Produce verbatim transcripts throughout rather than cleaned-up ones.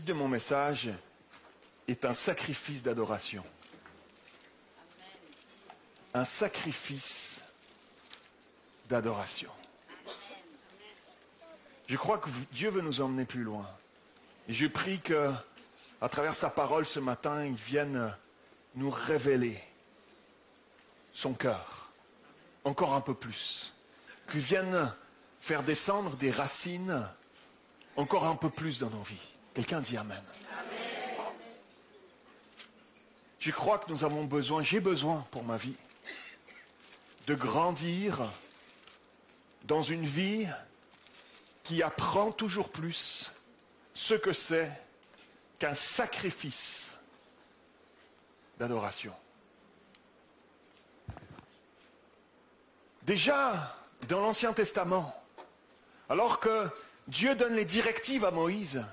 titre de mon message est un sacrifice d'adoration. Un sacrifice d'adoration. Je crois que Dieu veut nous emmener plus loin. Et je prie que, à travers sa parole ce matin, il vienne nous révéler son cœur encore un peu plus. Qu'il vienne faire descendre des racines encore un peu plus dans nos vies. Quelqu'un dit Amen. Amen. Je crois que nous avons besoin, j'ai besoin pour ma vie, de grandir dans une vie qui apprend toujours plus ce que c'est qu'un sacrifice d'adoration. Déjà, dans l'Ancien Testament, alors que Dieu donne les directives à Moïse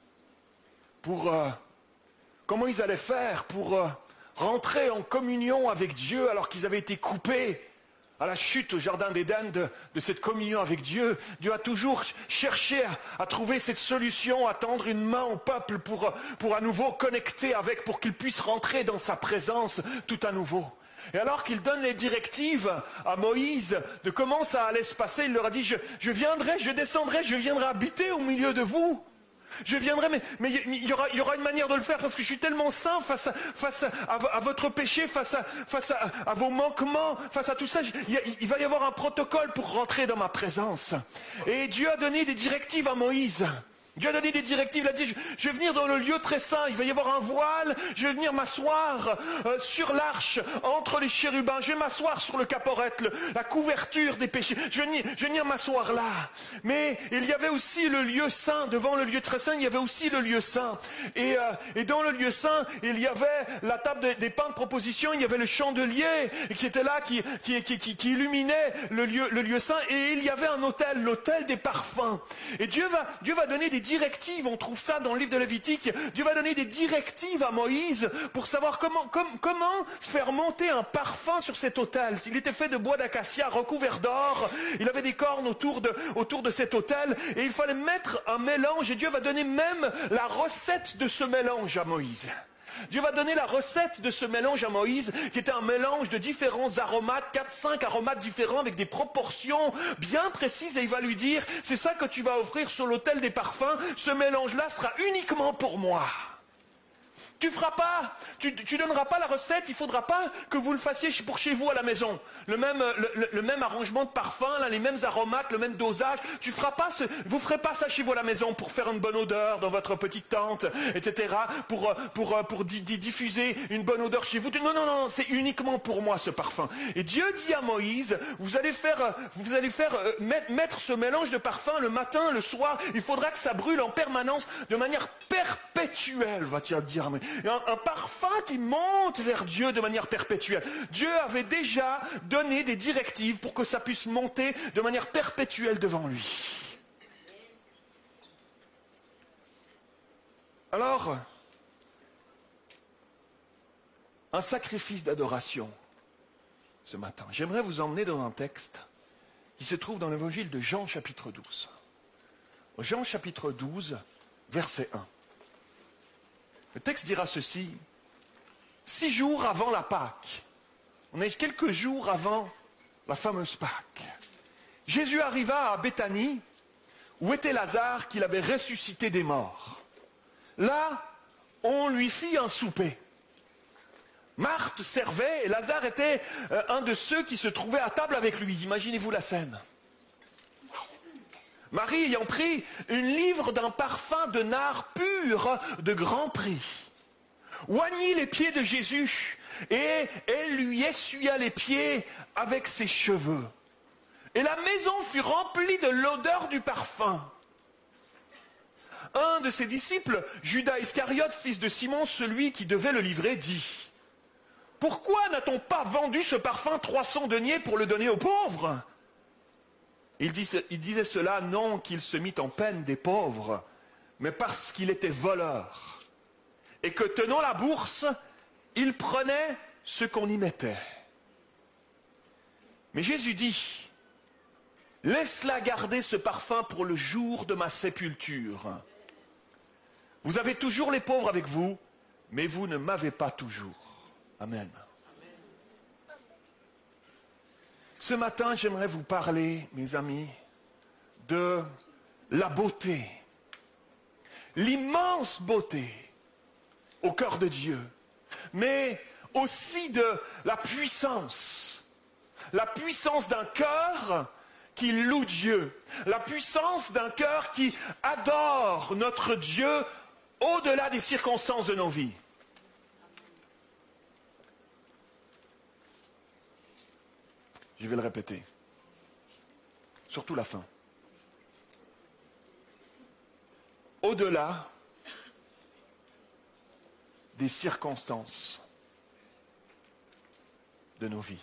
pour euh, comment ils allaient faire pour euh, rentrer en communion avec Dieu alors qu'ils avaient été coupés à la chute au Jardin d'Éden de, de cette communion avec Dieu. Dieu a toujours cherché à, à trouver cette solution, à tendre une main au peuple pour, pour à nouveau connecter avec, pour qu'il puisse rentrer dans sa présence tout à nouveau. Et alors qu'il donne les directives à Moïse de comment ça allait se passer, il leur a dit, je, je viendrai, je descendrai, je viendrai habiter au milieu de vous. Je viendrai, mais, mais il, y aura, il y aura une manière de le faire parce que je suis tellement saint face à, face à, à, à votre péché, face, à, face à, à vos manquements, face à tout ça. Il, il va y avoir un protocole pour rentrer dans ma présence. Et Dieu a donné des directives à Moïse. Dieu a donné des directives, il a dit, je, je vais venir dans le lieu très saint, il va y avoir un voile, je vais venir m'asseoir euh, sur l'arche, entre les chérubins, je vais m'asseoir sur le caporette, le, la couverture des péchés, je vais, venir, je vais venir m'asseoir là. Mais il y avait aussi le lieu saint, devant le lieu très saint, il y avait aussi le lieu saint. Et, euh, et dans le lieu saint, il y avait la table de, des pains de proposition, il y avait le chandelier qui était là, qui, qui, qui, qui, qui illuminait le lieu, le lieu saint, et il y avait un autel, l'autel des parfums. Et Dieu va, Dieu va donner des directives, on trouve ça dans le livre de Lévitique. Dieu va donner des directives à Moïse pour savoir comment, com, comment faire monter un parfum sur cet autel. Il était fait de bois d'acacia recouvert d'or, il avait des cornes autour de, autour de cet autel, et il fallait mettre un mélange, et Dieu va donner même la recette de ce mélange à Moïse. Dieu va donner la recette de ce mélange à Moïse, qui était un mélange de différents aromates, quatre, cinq aromates différents avec des proportions bien précises, et il va lui dire, c'est ça que tu vas offrir sur l'autel des parfums, ce mélange-là sera uniquement pour moi. Tu feras pas, tu, tu donneras pas la recette, il faudra pas que vous le fassiez pour chez vous à la maison. Le même, le, le, le même arrangement de parfum, là, les mêmes aromates, le même dosage. Tu feras pas ce, vous ferez pas ça chez vous à la maison pour faire une bonne odeur dans votre petite tente, et cetera. Pour, pour, pour, pour di, di, diffuser une bonne odeur chez vous. Non, non, non, c'est uniquement pour moi ce parfum. Et Dieu dit à Moïse, vous allez faire, vous allez faire euh, mettre, mettre ce mélange de parfum le matin, le soir. Il faudra que ça brûle en permanence, de manière perpétuelle, va-t-il dire à Moïse. Un, un parfum qui monte vers Dieu de manière perpétuelle. Dieu avait déjà donné des directives pour que ça puisse monter de manière perpétuelle devant lui. Alors, un sacrifice d'adoration ce matin. J'aimerais vous emmener dans un texte qui se trouve dans l'évangile de Jean chapitre douze. Jean chapitre douze, verset un. Le texte dira ceci, six jours avant la Pâque, on est quelques jours avant la fameuse Pâque, Jésus arriva à Béthanie, où était Lazare qu'il avait ressuscité des morts. Là, on lui fit un souper. Marthe servait et Lazare était euh, un de ceux qui se trouvaient à table avec lui. Imaginez-vous la scène. Marie ayant pris une livre d'un parfum de nard pur de grand prix, oignit les pieds de Jésus et elle lui essuya les pieds avec ses cheveux. Et la maison fut remplie de l'odeur du parfum. Un de ses disciples, Judas Iscariote, fils de Simon, celui qui devait le livrer, dit, « Pourquoi n'a-t-on pas vendu ce parfum trois cents deniers pour le donner aux pauvres ?» Il, dit, il disait cela non qu'il se mit en peine des pauvres, mais parce qu'il était voleur. Et que tenant la bourse, il prenait ce qu'on y mettait. Mais Jésus dit, laisse-la garder ce parfum pour le jour de ma sépulture. Vous avez toujours les pauvres avec vous, mais vous ne m'avez pas toujours. Amen. Ce matin, j'aimerais vous parler, mes amis, de la beauté, l'immense beauté au cœur de Dieu, mais aussi de la puissance, la puissance d'un cœur qui loue Dieu, la puissance d'un cœur qui adore notre Dieu au-delà des circonstances de nos vies. Je vais le répéter, surtout la fin. Au-delà des circonstances de nos vies.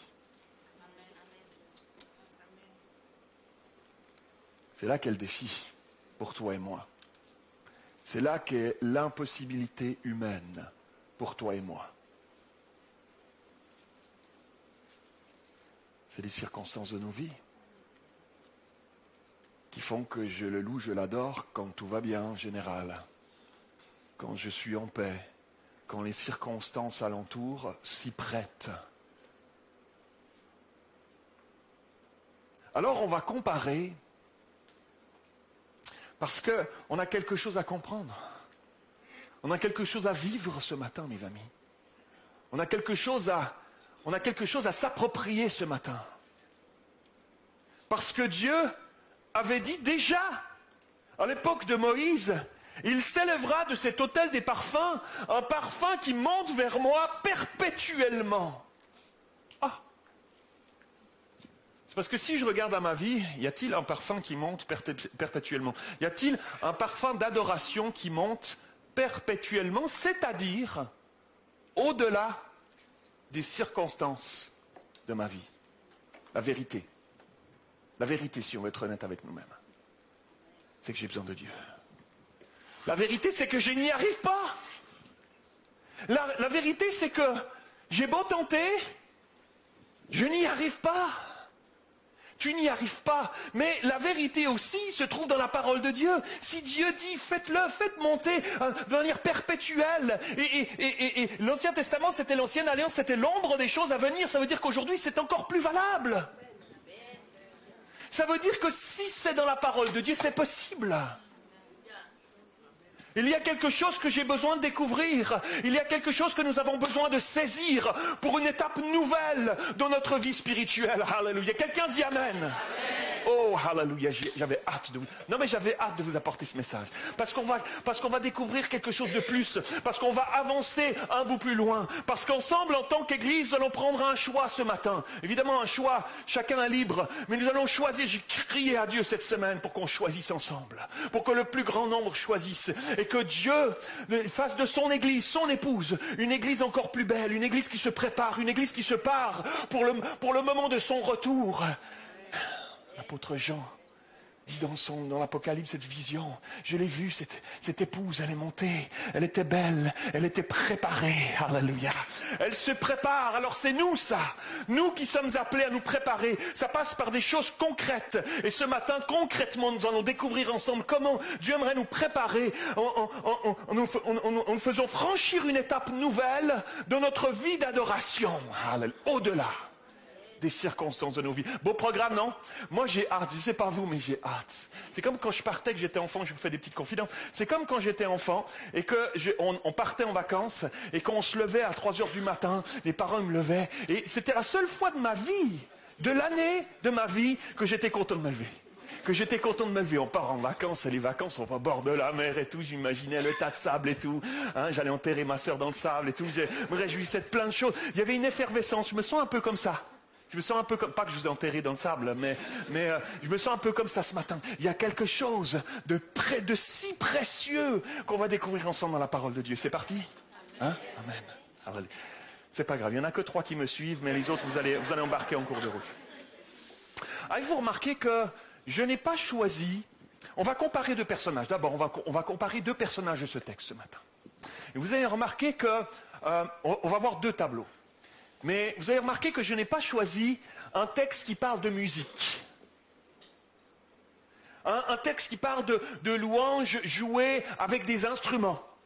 C'est là qu'est le défi pour toi et moi. C'est là qu'est l'impossibilité humaine pour toi et moi. C'est les circonstances de nos vies qui font que je le loue, je l'adore quand tout va bien en général, quand je suis en paix, quand les circonstances alentour s'y prêtent. Alors on va comparer, parce qu'on a quelque chose à comprendre. On a quelque chose à vivre ce matin, mes amis. On a quelque chose à, on a quelque chose à s'approprier ce matin. Parce que Dieu avait dit déjà, à l'époque de Moïse, il s'élèvera de cet autel des parfums, un parfum qui monte vers moi perpétuellement. Ah! C'est parce que si je regarde à ma vie, y a-t-il un parfum qui monte perpétuellement? Y a-t-il un parfum d'adoration qui monte perpétuellement, c'est-à-dire au-delà des circonstances de ma vie? La vérité. La vérité, si on veut être honnête avec nous-mêmes, c'est que j'ai besoin de Dieu. La vérité, c'est que je n'y arrive pas. La, la vérité, c'est que j'ai beau tenter, je n'y arrive pas. Tu n'y arrives pas. Mais la vérité aussi se trouve dans la parole de Dieu. Si Dieu dit, faites-le, faites monter euh, de manière perpétuelle. Et, et, et, et l'Ancien Testament, c'était l'Ancienne Alliance, c'était l'ombre des choses à venir. Ça veut dire qu'aujourd'hui, c'est encore plus valable. Ça veut dire que si c'est dans la parole de Dieu, c'est possible. Il y a quelque chose que j'ai besoin de découvrir. Il y a quelque chose que nous avons besoin de saisir pour une étape nouvelle dans notre vie spirituelle. Alléluia. Quelqu'un dit Amen. Amen. Oh, alléluia, j'avais hâte de vous... Non, mais j'avais hâte de vous apporter ce message. Parce qu'on va, parce qu'on va découvrir quelque chose de plus. Parce qu'on va avancer un bout plus loin. Parce qu'ensemble, en tant qu'Église, nous allons prendre un choix ce matin. Évidemment, un choix, chacun est libre. Mais nous allons choisir, j'ai crié à Dieu cette semaine pour qu'on choisisse ensemble. Pour que le plus grand nombre choisisse. Et que Dieu fasse de son Église, son épouse, une Église encore plus belle. Une Église qui se prépare. Une Église qui se part pour le, pour le moment de son retour. L'apôtre Jean dit dans, son, dans l'Apocalypse cette vision. Je l'ai vue, cette, cette épouse, elle est montée, elle était belle, elle était préparée. Alléluia. Elle se prépare, alors c'est nous ça. Nous qui sommes appelés à nous préparer. Ça passe par des choses concrètes. Et ce matin, concrètement, nous allons découvrir ensemble comment Dieu aimerait nous préparer en, en, en, en, nous, en, en, en nous faisant franchir une étape nouvelle de notre vie d'adoration. Alléluia. Au-delà des circonstances de nos vies. Beau programme, non? Moi, j'ai hâte. Je ne sais pas vous, mais j'ai hâte. C'est comme quand je partais, que j'étais enfant, je vous fais des petites confidences. C'est comme quand j'étais enfant et que je, on, on partait en vacances et qu'on se levait à trois heures du matin, les parents me levaient. Et c'était la seule fois de ma vie, de l'année de ma vie, que j'étais content de me lever. Que j'étais content de me lever. On part en vacances, et les vacances, on va au bord de la mer et tout. J'imaginais le tas de sable et tout. Hein, j'allais enterrer ma sœur dans le sable et tout. Je me réjouissais de plein de choses. Il y avait une effervescence. Je me sens un peu comme ça. Je me sens un peu comme, pas que je vous ai enterré dans le sable, mais, mais euh, je me sens un peu comme ça ce matin. Il y a quelque chose de, près, de si précieux qu'on va découvrir ensemble dans la parole de Dieu. C'est parti? Hein? Amen. Alors, c'est pas grave, il n'y en a que trois qui me suivent, mais les autres, vous allez, vous allez embarquer en cours de route. Avez-vous remarqué que je n'ai pas choisi... On va comparer deux personnages. D'abord, on va, on va comparer deux personnages de ce texte ce matin. Et vous avez remarqué que euh, on, on va voir deux tableaux. Mais vous avez remarqué que je n'ai pas choisi un texte qui parle de musique. Un, un texte qui parle de, de louanges jouées avec des instruments.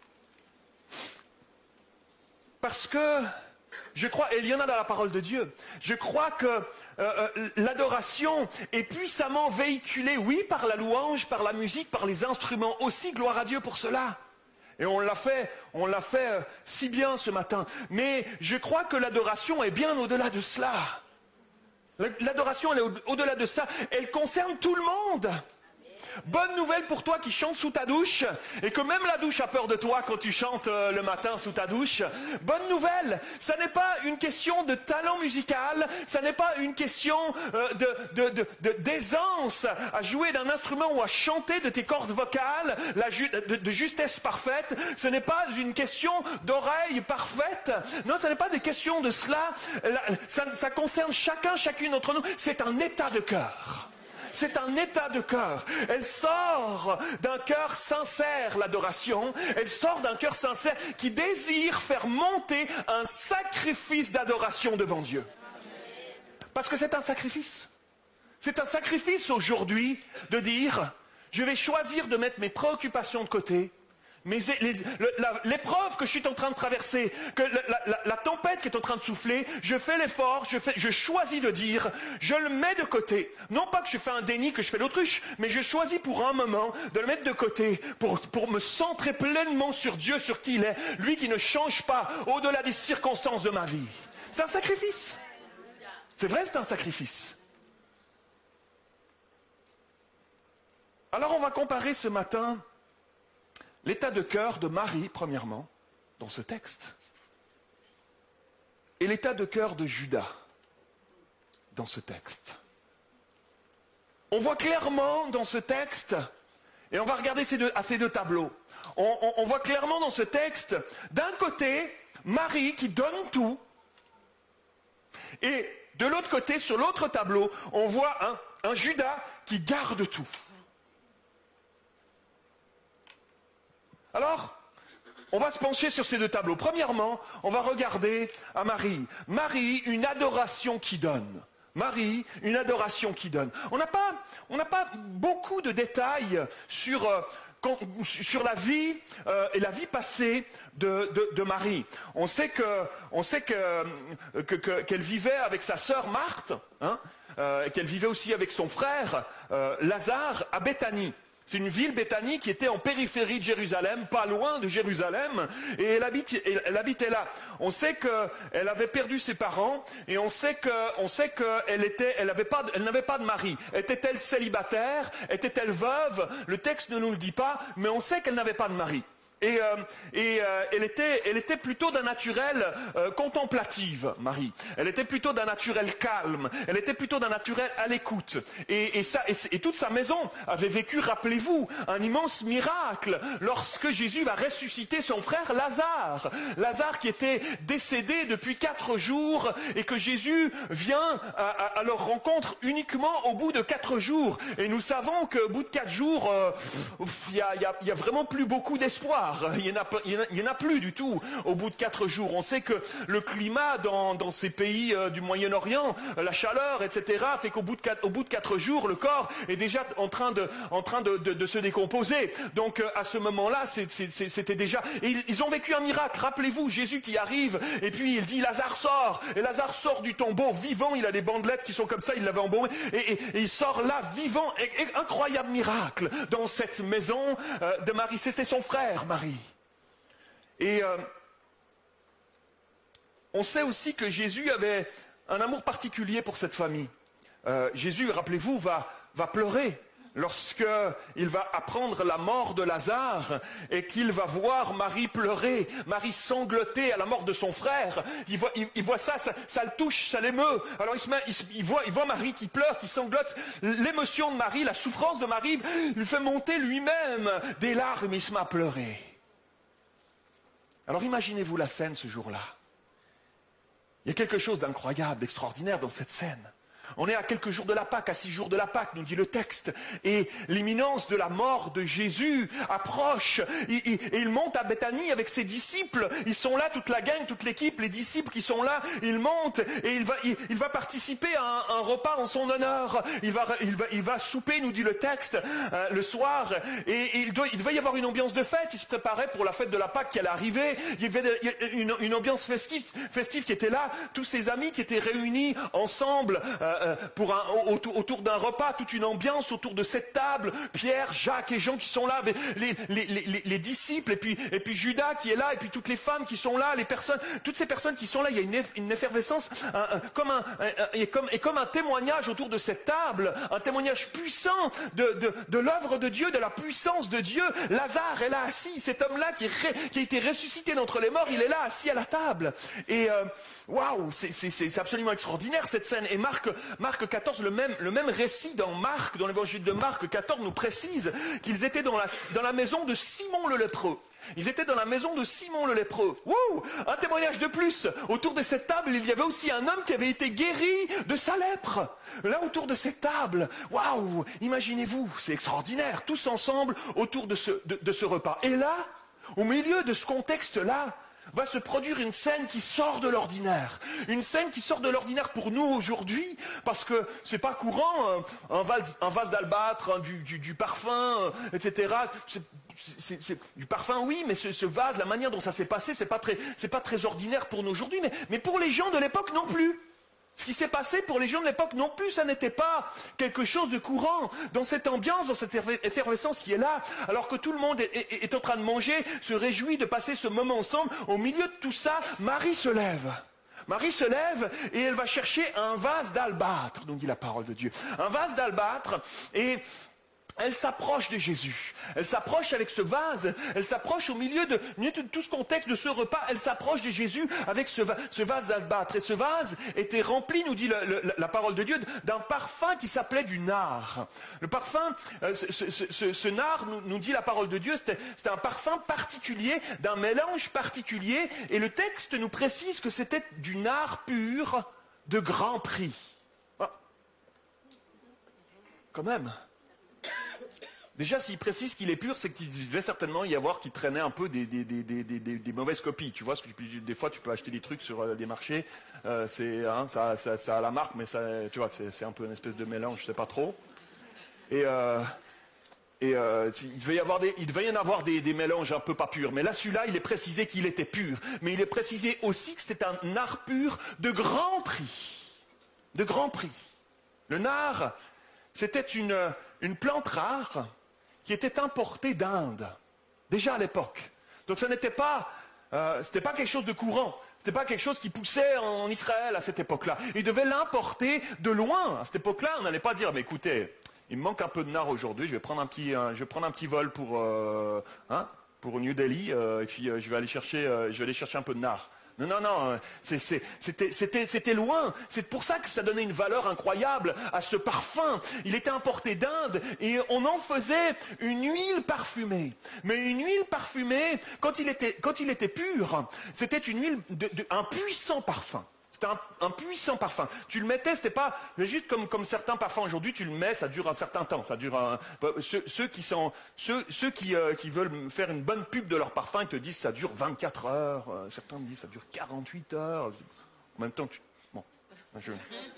Parce que je crois, et il y en a dans la parole de Dieu, je crois que euh, euh, l'adoration est puissamment véhiculée, oui, par la louange, par la musique, par les instruments aussi, gloire à Dieu pour cela. Et on l'a fait, on l'a fait euh, si bien ce matin. Mais je crois que l'adoration est bien au-delà de cela. L'adoration, elle est au-delà de ça. Elle concerne tout le monde. Bonne nouvelle pour toi qui chantes sous ta douche et que même la douche a peur de toi quand tu chantes euh, le matin sous ta douche. Bonne nouvelle, ça n'est pas une question de talent musical, ça n'est pas une question euh, de, de, de, de, d'aisance à jouer d'un instrument ou à chanter de tes cordes vocales, la ju- de, de justesse parfaite. Ce n'est pas une question d'oreille parfaite. Non, ce n'est pas des questions de cela. Ça, ça concerne chacun, chacune d'entre nous. C'est un état de cœur. C'est un état de cœur. Elle sort d'un cœur sincère, l'adoration. Elle sort d'un cœur sincère qui désire faire monter un sacrifice d'adoration devant Dieu. Parce que c'est un sacrifice. C'est un sacrifice aujourd'hui de dire, je vais choisir de mettre mes préoccupations de côté. Mais les, le, la, l'épreuve que je suis en train de traverser, que la, la, la tempête qui est en train de souffler, je fais l'effort, je, fais, je choisis de dire, je le mets de côté. Non pas que je fais un déni, que je fais l'autruche, mais je choisis pour un moment de le mettre de côté, pour, pour me centrer pleinement sur Dieu, sur qui il est, lui qui ne change pas au-delà des circonstances de ma vie. C'est un sacrifice. C'est vrai, c'est un sacrifice. Alors on va comparer ce matin l'état de cœur de Marie, premièrement, dans ce texte, et l'état de cœur de Judas, dans ce texte. On voit clairement dans ce texte, et on va regarder ces deux, à ces deux tableaux, on, on, on voit clairement dans ce texte, d'un côté, Marie qui donne tout, et de l'autre côté, sur l'autre tableau, on voit un, un Judas qui garde tout. Alors, on va se pencher sur ces deux tableaux. Premièrement, on va regarder à Marie. Marie, une adoration qui donne. Marie, une adoration qui donne. On n'a pas, on n'a pas beaucoup de détails sur, euh, sur la vie euh, et la vie passée de, de, de Marie. On sait que, on sait que, que, que, qu'elle vivait avec sa sœur Marthe, hein, euh, et qu'elle vivait aussi avec son frère euh, Lazare à Béthanie. C'est une ville, Béthanie, qui était en périphérie de Jérusalem, pas loin de Jérusalem, et elle, habite, elle habitait là. On sait qu'elle avait perdu ses parents, et on sait qu'elle était, elle n'avait pas, elle n'avait pas de mari. Était-elle célibataire? Était-elle veuve? Le texte ne nous le dit pas, mais on sait qu'elle n'avait pas de mari. Et, euh, et euh, elle, était, elle était plutôt d'un naturel euh, contemplative, Marie. Elle était plutôt d'un naturel calme. Elle était plutôt d'un naturel à l'écoute. Et, et, ça, et, et toute sa maison avait vécu, rappelez-vous, un immense miracle lorsque Jésus va ressusciter son frère Lazare. Lazare qui était décédé depuis quatre jours et que Jésus vient à, à, à leur rencontre uniquement au bout de quatre jours. Et nous savons qu'au bout de quatre jours, euh, il y a, y a, y a vraiment plus beaucoup d'espoir. Il n'y en, en a plus du tout au bout de quatre jours. On sait que le climat dans, dans ces pays euh, du Moyen-Orient, la chaleur, et cetera, fait qu'au bout de quatre, au bout de quatre jours, le corps est déjà en train de, en train de, de, de se décomposer. Donc euh, à ce moment-là, c'est, c'est, c'était déjà... Et ils, ils ont vécu un miracle. Rappelez-vous, Jésus qui arrive, et puis il dit, Lazare sort. Et Lazare sort du tombeau vivant. Il a des bandelettes qui sont comme ça, il l'avait embaumé. Et, et, et il sort là vivant. Et, et, incroyable miracle dans cette maison euh, de Marie. C'était son frère, Marie. Et euh, on sait aussi que Jésus avait un amour particulier pour cette famille. Euh, Jésus, rappelez-vous, va, va pleurer lorsqu'il va apprendre la mort de Lazare et qu'il va voir Marie pleurer, Marie sangloter à la mort de son frère. Il voit, il, il voit ça, ça, ça le touche, ça l'émeut. Alors il, se met, il, il, voit, il voit Marie qui pleure, qui sanglote. L'émotion de Marie, la souffrance de Marie lui fait monter lui-même des larmes, il se met à pleurer. Alors imaginez-vous la scène ce jour-là. Il y a quelque chose d'incroyable, d'extraordinaire dans cette scène. On est à quelques jours de la Pâque, à six jours de la Pâque, nous dit le texte. Et l'imminence de la mort de Jésus approche. Et, et, et il monte à Béthanie avec ses disciples. Ils sont là, toute la gang, toute l'équipe, les disciples qui sont là. Il monte et il va, il, il va participer à un, un repas en son honneur. Il va, il va, il va souper, nous dit le texte, euh, le soir. Et, et il, doit, il devait y avoir une ambiance de fête. Il se préparait pour la fête de la Pâque qui allait arriver. Il y avait une, une ambiance festive, festive qui était là. Tous ses amis qui étaient réunis ensemble euh, pour un, autour, autour d'un repas, toute une ambiance autour de cette table. Pierre, Jacques et Jean qui sont là, les, les, les, les, les disciples et puis, et puis Judas qui est là, et puis toutes les femmes qui sont là, les personnes, toutes ces personnes qui sont là. Il y a une, une effervescence, un, un, comme un, un, et, comme, et comme un témoignage autour de cette table, un témoignage puissant de, de, de l'œuvre de Dieu, de la puissance de Dieu. Lazare est là assis, cet homme-là qui, qui a été ressuscité d'entre les morts, il est là assis à la table. Et euh, waouh, c'est, c'est, c'est absolument extraordinaire cette scène. Et Marc, Marc quatorze, le même, le même récit dans Marc, dans l'évangile de Marc quatorze, nous précise qu'ils étaient dans la, dans la maison de Simon le lépreux. Ils étaient dans la maison de Simon le lépreux. Wow, un témoignage de plus. Autour de cette table, il y avait aussi un homme qui avait été guéri de sa lèpre. Là, autour de cette table. Waouh, imaginez-vous, c'est extraordinaire. Tous ensemble autour de ce, de, de ce repas. Et là, au milieu de ce contexte-là, va se produire une scène qui sort de l'ordinaire. Une scène qui sort de l'ordinaire pour nous aujourd'hui, parce que c'est pas courant, un vase, un vase d'albâtre, du, du, du parfum, et cetera. C'est, c'est, c'est, du parfum, oui, mais ce, ce vase, la manière dont ça s'est passé, c'est pas très, c'est pas très ordinaire pour nous aujourd'hui, mais, mais pour les gens de l'époque non plus. Ce qui s'est passé pour les gens de l'époque non plus, ça n'était pas quelque chose de courant. Dans cette ambiance, dans cette effervescence qui est là, alors que tout le monde est, est, est en train de manger, se réjouit de passer ce moment ensemble, au milieu de tout ça, Marie se lève. Marie se lève et elle va chercher un vase d'albâtre, nous dit la parole de Dieu. Un vase d'albâtre et... elle s'approche de Jésus, elle s'approche avec ce vase, elle s'approche au milieu de, de tout ce contexte de ce repas, elle s'approche de Jésus avec ce, ce vase d'albâtre. Et ce vase était rempli, nous dit le, le, la parole de Dieu, d'un parfum qui s'appelait du nard. Le parfum, euh, ce, ce, ce, ce nard, nous, nous dit la parole de Dieu, c'était, c'était un parfum particulier, d'un mélange particulier, et le texte nous précise que c'était du nard pur de grand prix. Ah. Quand même. Déjà, s'il précise qu'il est pur, c'est qu'il devait certainement y avoir qui traînait un peu des, des, des, des, des, des mauvaises copies. Tu vois, parce que des fois, tu peux acheter des trucs sur des marchés, euh, c'est, hein, ça, ça, ça a la marque, mais ça, tu vois, c'est, c'est un peu une espèce de mélange, je sais pas trop. Et, euh, et euh, il devait y avoir des, il devait y en avoir des, des mélanges un peu pas purs. Mais là, celui-là, il est précisé qu'il était pur. Mais il est précisé aussi que c'était un nard pur de grand prix. De grand prix. Le nard, c'était une, une plante rare qui était importé d'Inde, déjà à l'époque. Donc ça n'était pas, euh, c'était pas quelque chose de courant, c'était pas quelque chose qui poussait en Israël à cette époque-là. Ils devaient l'importer de loin. À cette époque-là, on n'allait pas dire, mais écoutez, il me manque un peu de nard aujourd'hui, je vais prendre un petit, euh, je vais prendre un petit vol pour, euh, hein, pour New Delhi, euh, et puis euh, je vais aller chercher, euh, je vais aller chercher un peu de nard. Non, non, non, c'est, c'est, c'était, c'était, c'était loin. C'est pour ça que ça donnait une valeur incroyable à ce parfum. Il était importé d'Inde et on en faisait une huile parfumée. Mais une huile parfumée, quand il était, quand il était pur, c'était une huile, de, de, un puissant parfum. C'était un, un puissant parfum. Tu le mettais, c'était pas juste comme, comme certains parfums aujourd'hui, tu le mets, ça dure un certain temps. Ça dure un, ceux, ceux qui sont, ceux, ceux qui, euh, qui veulent faire une bonne pub de leur parfum, ils te disent ça dure vingt-quatre heures. Euh, certains me disent ça dure quarante-huit heures. En même temps, tu, bon, je...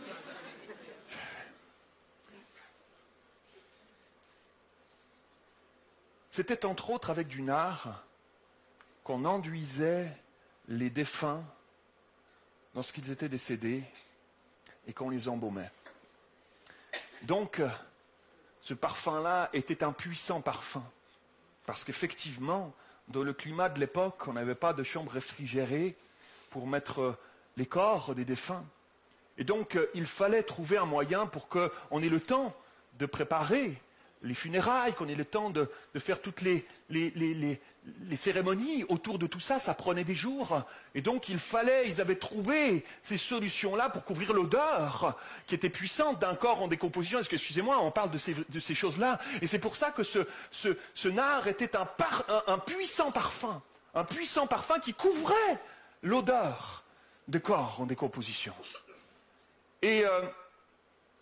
C'était entre autres avec du nard qu'on enduisait les défunts lorsqu'ils étaient décédés et qu'on les embaumait. Donc, ce parfum-là était un puissant parfum. Parce qu'effectivement, dans le climat de l'époque, on n'avait pas de chambre réfrigérée pour mettre les corps des défunts. Et donc, il fallait trouver un moyen pour qu'on ait le temps de préparer les funérailles, qu'on ait le temps de, de faire toutes les, les, les, les, les cérémonies autour de tout ça, ça prenait des jours. Et donc il fallait, ils avaient trouvé ces solutions-là pour couvrir l'odeur qui était puissante d'un corps en décomposition. Est-ce que, excusez-moi, on parle de ces, de ces choses-là. Et c'est pour ça que ce, ce, ce nard était un, par, un, un puissant parfum, un puissant parfum qui couvrait l'odeur de corps en décomposition. Et... Euh,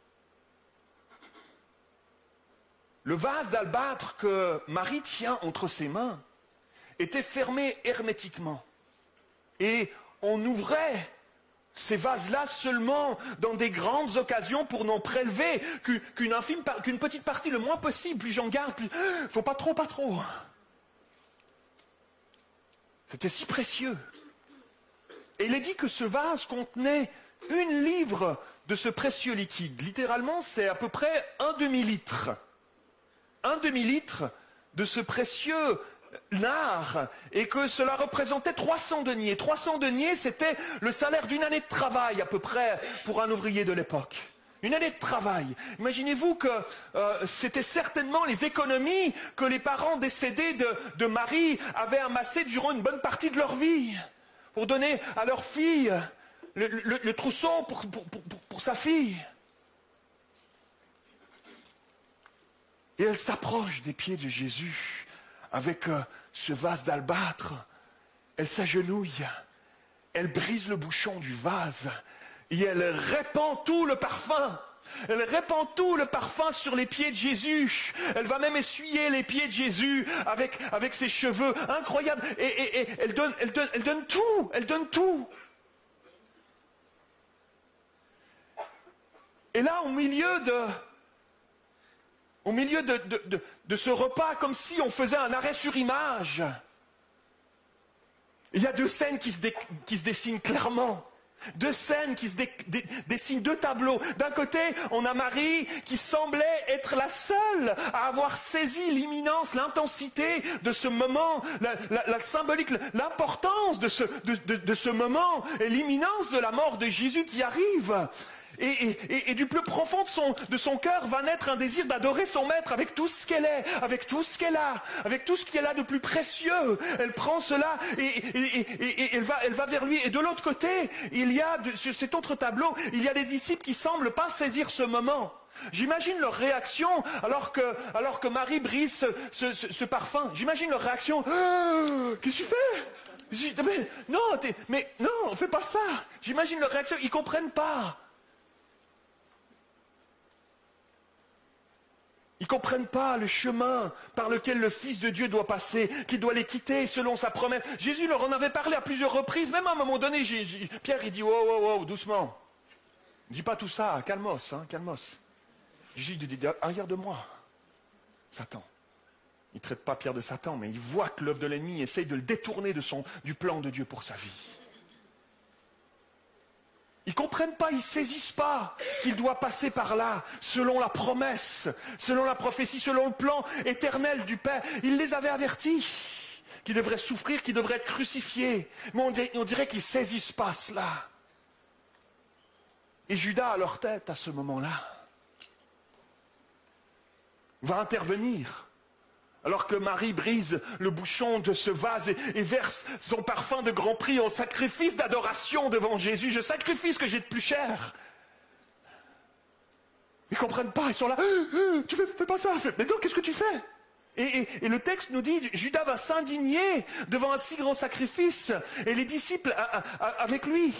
Le vase d'albâtre que Marie tient entre ses mains était fermé hermétiquement. Et on ouvrait ces vases-là seulement dans des grandes occasions pour n'en prélever qu'une infime, qu'une petite partie, le moins possible. Plus j'en garde, plus... faut pas trop, pas trop. C'était si précieux. Et il est dit que ce vase contenait une livre de ce précieux liquide. Littéralement, c'est à peu près un demi-litre. Un demi-litre de ce précieux nard, et que cela représentait trois cents deniers. trois cents deniers, c'était le salaire d'une année de travail à peu près pour un ouvrier de l'époque. Une année de travail. Imaginez-vous que euh, c'était certainement les économies que les parents décédés de, de Marie avaient amassées durant une bonne partie de leur vie, pour donner à leur fille le, le, le trousseau pour, pour, pour, pour sa fille. Et elle s'approche des pieds de Jésus avec euh, ce vase d'albâtre. Elle s'agenouille, elle brise le bouchon du vase et elle répand tout le parfum. Elle répand tout le parfum sur les pieds de Jésus. Elle va même essuyer les pieds de Jésus avec, avec ses cheveux. Incroyable. Et, et, et elle, donne, elle, donne, elle donne tout. Elle donne tout. Et là, au milieu de... Au milieu de, de, de, de ce repas, comme si on faisait un arrêt sur image, il y a deux scènes qui se, dé, qui se dessinent clairement. Deux scènes qui se dé, dé, dessinent, deux tableaux. D'un côté, on a Marie qui semblait être la seule à avoir saisi l'imminence, l'intensité de ce moment, la, la, la symbolique, l'importance de ce, de, de, de ce moment et l'imminence de la mort de Jésus qui arrive. Et, et, et du plus profond de son, de son cœur va naître un désir d'adorer son maître avec tout ce qu'elle est, avec tout ce qu'elle a, avec tout ce qu'elle a de plus précieux. Elle prend cela et, et, et, et elle, va, elle va vers lui. Et de l'autre côté, il y a, de, sur cet autre tableau, il y a des disciples qui semblent pas saisir ce moment. J'imagine leur réaction alors que, alors que Marie brise ce, ce, ce, ce parfum. J'imagine leur réaction. Ah, qu'est-ce que tu fais? Mais, non, mais non, fais pas ça. J'imagine leur réaction. Ils comprennent pas. Ils ne comprennent pas le chemin par lequel le Fils de Dieu doit passer, qu'il doit les quitter selon sa promesse. Jésus leur en avait parlé à plusieurs reprises, même à un moment donné, j'ai, j'ai, Pierre il dit, wow, wow, wow, doucement. Ne dis pas tout ça, calmos, hein, calmos. Jésus dit, arrière de moi, Satan. Il ne traite pas Pierre de Satan, mais il voit que l'œuvre de l'ennemi essaye de le détourner de son, du plan de Dieu pour sa vie. Ils ne comprennent pas, ils ne saisissent pas qu'il doit passer par là, selon la promesse, selon la prophétie, selon le plan éternel du Père. Il les avait avertis qu'ils devraient souffrir, qu'ils devraient être crucifiés. Mais on dirait, on dirait qu'ils ne saisissent pas cela. Et Judas, à leur tête, à ce moment-là, va intervenir. Alors que Marie brise le bouchon de ce vase et, et verse son parfum de grand prix en sacrifice d'adoration devant Jésus. Je sacrifie ce que j'ai de plus cher. Ils ne comprennent pas, ils sont là. Tu fais, fais pas ça. Mais non, qu'est-ce que tu fais? et, et, et le texte nous dit, Judas va s'indigner devant un si grand sacrifice et les disciples a, a, a, avec lui.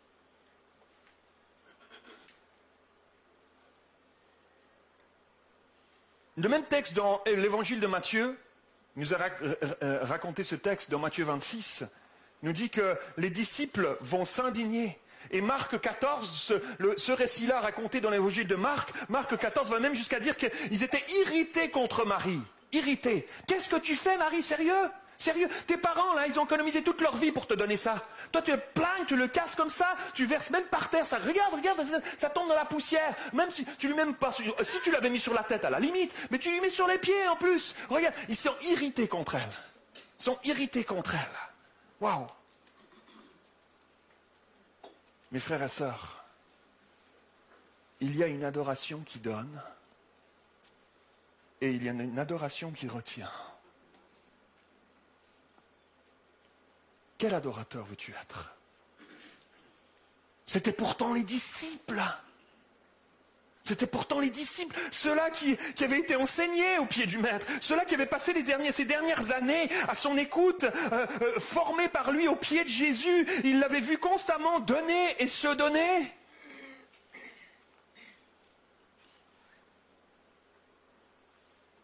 Le même texte dans l'évangile de Matthieu, il nous a raconté ce texte dans Matthieu vingt-six, nous dit que les disciples vont s'indigner. Et Marc quatorze, ce, le, ce récit-là raconté dans l'évangile de Marc, Marc quatorze va même jusqu'à dire qu'ils étaient irrités contre Marie. Irrités. Qu'est-ce que tu fais, Marie? Sérieux? Sérieux? Tes parents, là, ils ont économisé toute leur vie pour te donner ça. Toi, tu le plains, tu le casses comme ça, tu verses même par terre, ça, regarde, regarde, ça, ça tombe dans la poussière. Même si tu lui mets pas, si tu l'avais mis sur la tête, à la limite, mais tu lui mets sur les pieds en plus. Regarde, ils sont irrités contre elle. Ils sont irrités contre elle. Waouh! Mes frères et sœurs, il y a une adoration qui donne et il y a une adoration qui retient. Quel adorateur veux-tu être? C'était pourtant les disciples. C'était pourtant les disciples, ceux-là qui, qui avaient été enseignés au pied du Maître, ceux-là qui avaient passé les derniers, ces dernières années à son écoute, euh, euh, formés par lui au pied de Jésus. Ils l'avaient vu constamment donner et se donner.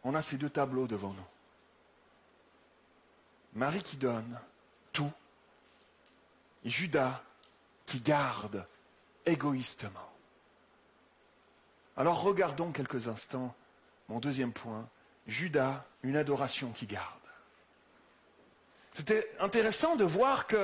on a ces deux tableaux devant nous. Marie qui donne tout, et Judas qui garde égoïstement. Alors regardons quelques instants mon deuxième point, Judas, une adoration qui garde. C'était intéressant de voir que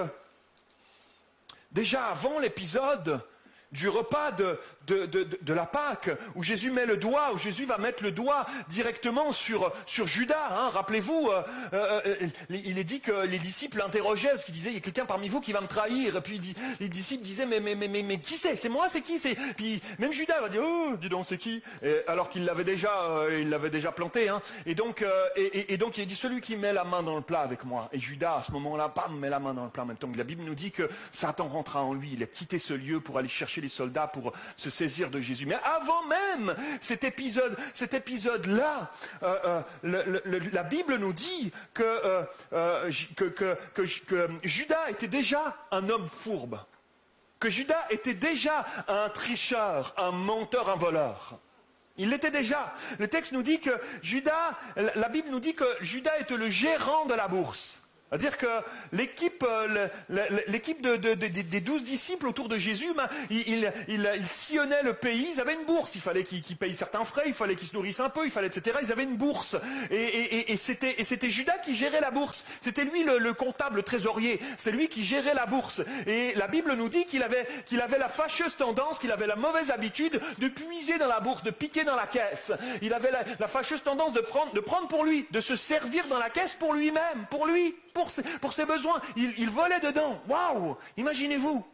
déjà avant l'épisode du repas de, de, de, de la Pâque, où Jésus met le doigt, où Jésus va mettre le doigt directement sur, sur Judas. Hein, rappelez-vous, euh, euh, il est dit que les disciples interrogeaient, parce qu'ils disaient, il y a quelqu'un parmi vous qui va me trahir. Et puis dit, les disciples disaient, mais, mais, mais, mais, mais qui c'est? C'est moi, c'est qui? C'est... Puis même Judas va dire, oh, dis donc, c'est qui? Et, alors qu'il l'avait déjà, euh, il l'avait déjà planté. Hein. Et, donc, euh, et, et, et donc il dit, celui qui met la main dans le plat avec moi. Et Judas, à ce moment-là, bam, met la main dans le plat en même temps. La Bible nous dit que Satan rentra en lui. Il a quitté ce lieu pour aller chercher les soldats pour se saisir de Jésus. Mais avant même cet épisode, cet épisode-là, euh, euh, le, le, la Bible nous dit que, euh, euh, que, que, que, que Judas était déjà un homme fourbe, que Judas était déjà un tricheur, un menteur, un voleur. Il l'était déjà. Le texte nous dit que Judas, la Bible nous dit que Judas était le gérant de la bourse. C'est-à-dire que l'équipe, l'équipe de, de, de, des douze disciples autour de Jésus, ben, ils, ils, ils, ils sillonnaient le pays, ils avaient une bourse, il fallait qu'ils, qu'ils payent certains frais, il fallait qu'ils se nourrissent un peu, il fallait, et cetera. Ils avaient une bourse. Et, et, et, c'était, et c'était Judas qui gérait la bourse. C'était lui le, le comptable, le trésorier. C'est lui qui gérait la bourse. Et la Bible nous dit qu'il avait, qu'il avait la fâcheuse tendance, qu'il avait la mauvaise habitude de puiser dans la bourse, de piquer dans la caisse. Il avait la, la fâcheuse tendance de prendre, de prendre pour lui, de se servir dans la caisse pour lui-même, pour lui. Pour ses, pour ses besoins, il, il volait dedans. Waouh! Imaginez-vous.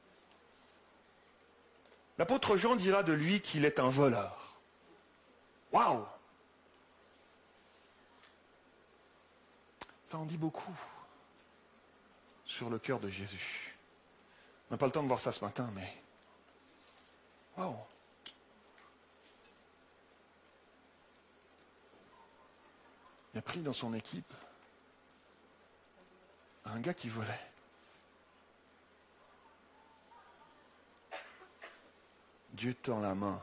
L'apôtre Jean dira de lui qu'il est un voleur. Waouh! Ça en dit beaucoup sur le cœur de Jésus. On n'a pas le temps de voir ça ce matin, mais waouh! Il a pris dans son équipe un gars qui volait. Dieu tend la main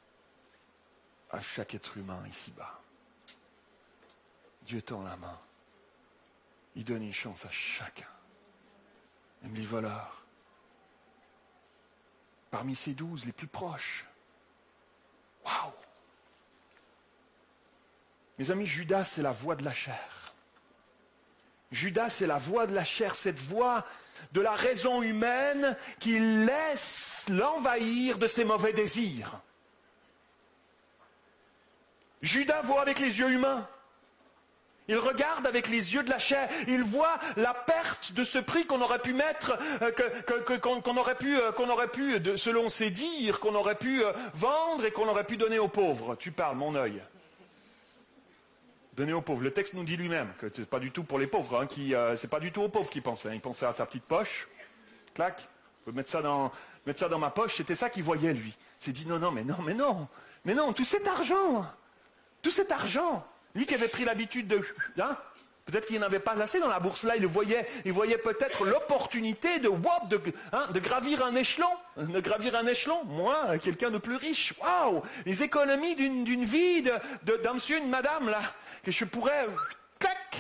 à chaque être humain ici-bas. Dieu tend la main. Il donne une chance à chacun. Même les voleurs. Parmi ces douze, les plus proches. Waouh! Mes amis, Judas, c'est la voix de la chair. Judas, c'est la voix de la chair, cette voix de la raison humaine qui laisse l'envahir de ses mauvais désirs. Judas voit avec les yeux humains. Il regarde avec les yeux de la chair. Il voit la perte de ce prix qu'on aurait pu mettre, euh, que, que, que, qu'on, qu'on aurait pu, euh, qu'on aurait pu, de, selon ses dires, qu'on aurait pu euh, vendre et qu'on aurait pu donner aux pauvres. Tu parles, mon œil. Donner aux pauvres. Le texte nous dit lui-même que c'est pas du tout pour les pauvres, hein, qui, euh, c'est pas du tout aux pauvres qu'il pensait. Hein. Il pensait à sa petite poche, clac, je peux mettre ça dans, mettre ça dans ma poche. C'était ça qu'il voyait lui. Il s'est dit non, non, mais non, mais non, mais non, tout cet argent, tout cet argent, lui qui avait pris l'habitude de, hein, peut-être qu'il n'avait pas assez dans la bourse là, il voyait, il voyait peut-être l'opportunité de, wop, de, hein, de gravir un échelon, de gravir un échelon. Moi, quelqu'un de plus riche, waouh, les économies d'une, d'une vie de, de, d'un monsieur, une madame là. Que je pourrais... Clac!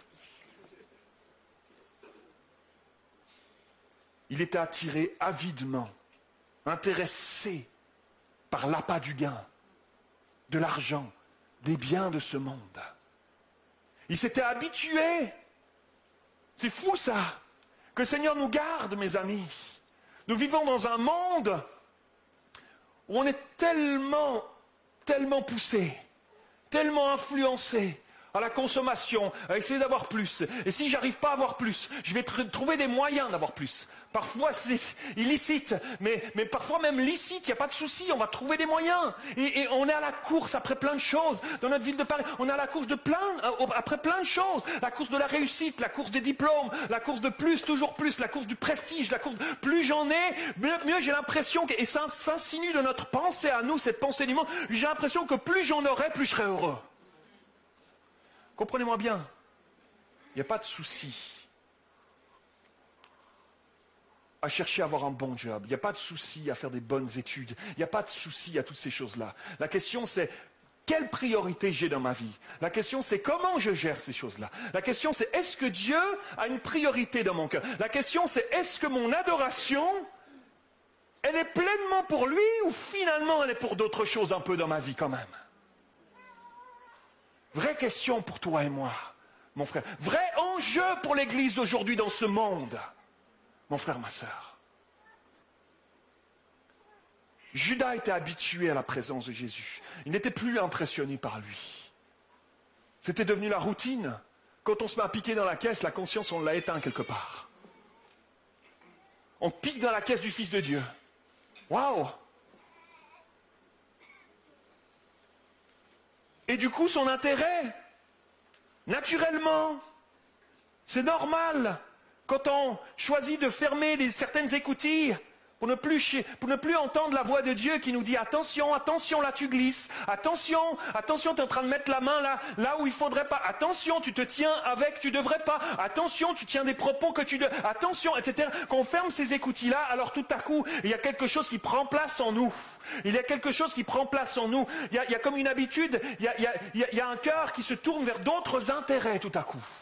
Il était attiré avidement, intéressé par l'appât du gain, de l'argent, des biens de ce monde. Il s'était habitué. C'est fou ça. Que le Seigneur nous garde, mes amis. Nous vivons dans un monde où on est tellement, tellement poussé, tellement influencé à la consommation, à essayer d'avoir plus. Et si j'arrive pas à avoir plus, je vais tr- trouver des moyens d'avoir plus. Parfois c'est illicite, mais, mais parfois même licite, il n'y a pas de souci, on va trouver des moyens. Et, et on est à la course après plein de choses. Dans notre ville de Paris, on est à la course de plein, après plein de choses. La course de la réussite, la course des diplômes, la course de plus, toujours plus, la course du prestige, la course... Plus j'en ai, mieux, mieux j'ai l'impression, que, et ça s'insinue de notre pensée à nous, cette pensée du monde, j'ai l'impression que plus j'en aurai, plus je serai heureux. Comprenez-moi bien, il n'y a pas de souci à chercher à avoir un bon job, il n'y a pas de souci à faire des bonnes études, il n'y a pas de souci à toutes ces choses-là. La question c'est, quelle priorité j'ai dans ma vie. La question, c'est comment je gère ces choses-là. La question, c'est est-ce que Dieu a une priorité dans mon cœur. La question, c'est est-ce que mon adoration, elle est pleinement pour lui ou finalement elle est pour d'autres choses un peu dans ma vie quand même. Vraie question pour toi et moi, mon frère. Vrai enjeu pour l'Église d'aujourd'hui dans ce monde, mon frère, ma sœur. Judas était habitué à la présence de Jésus. Il n'était plus impressionné par lui. C'était devenu la routine. Quand on se met à piquer dans la caisse, la conscience, on l'a éteint quelque part. On pique dans la caisse du Fils de Dieu. Waouh! Et du coup, son intérêt, naturellement, c'est normal, quand on choisit de fermer les, certaines écoutilles, Pour ne, plus, pour ne plus entendre la voix de Dieu qui nous dit attention, attention, là tu glisses, attention, attention, tu es en train de mettre la main là, là où il ne faudrait pas, attention, tu te tiens avec, tu ne devrais pas, attention, tu tiens des propos que tu dois, attention, et cetera. Quand on ferme ces écoutilles-là, alors tout à coup, il y a quelque chose qui prend place en nous. Il y a quelque chose qui prend place en nous. Il y a, il y a comme une habitude, il y a, il y a, il y a, il y a un cœur qui se tourne vers d'autres intérêts tout à coup.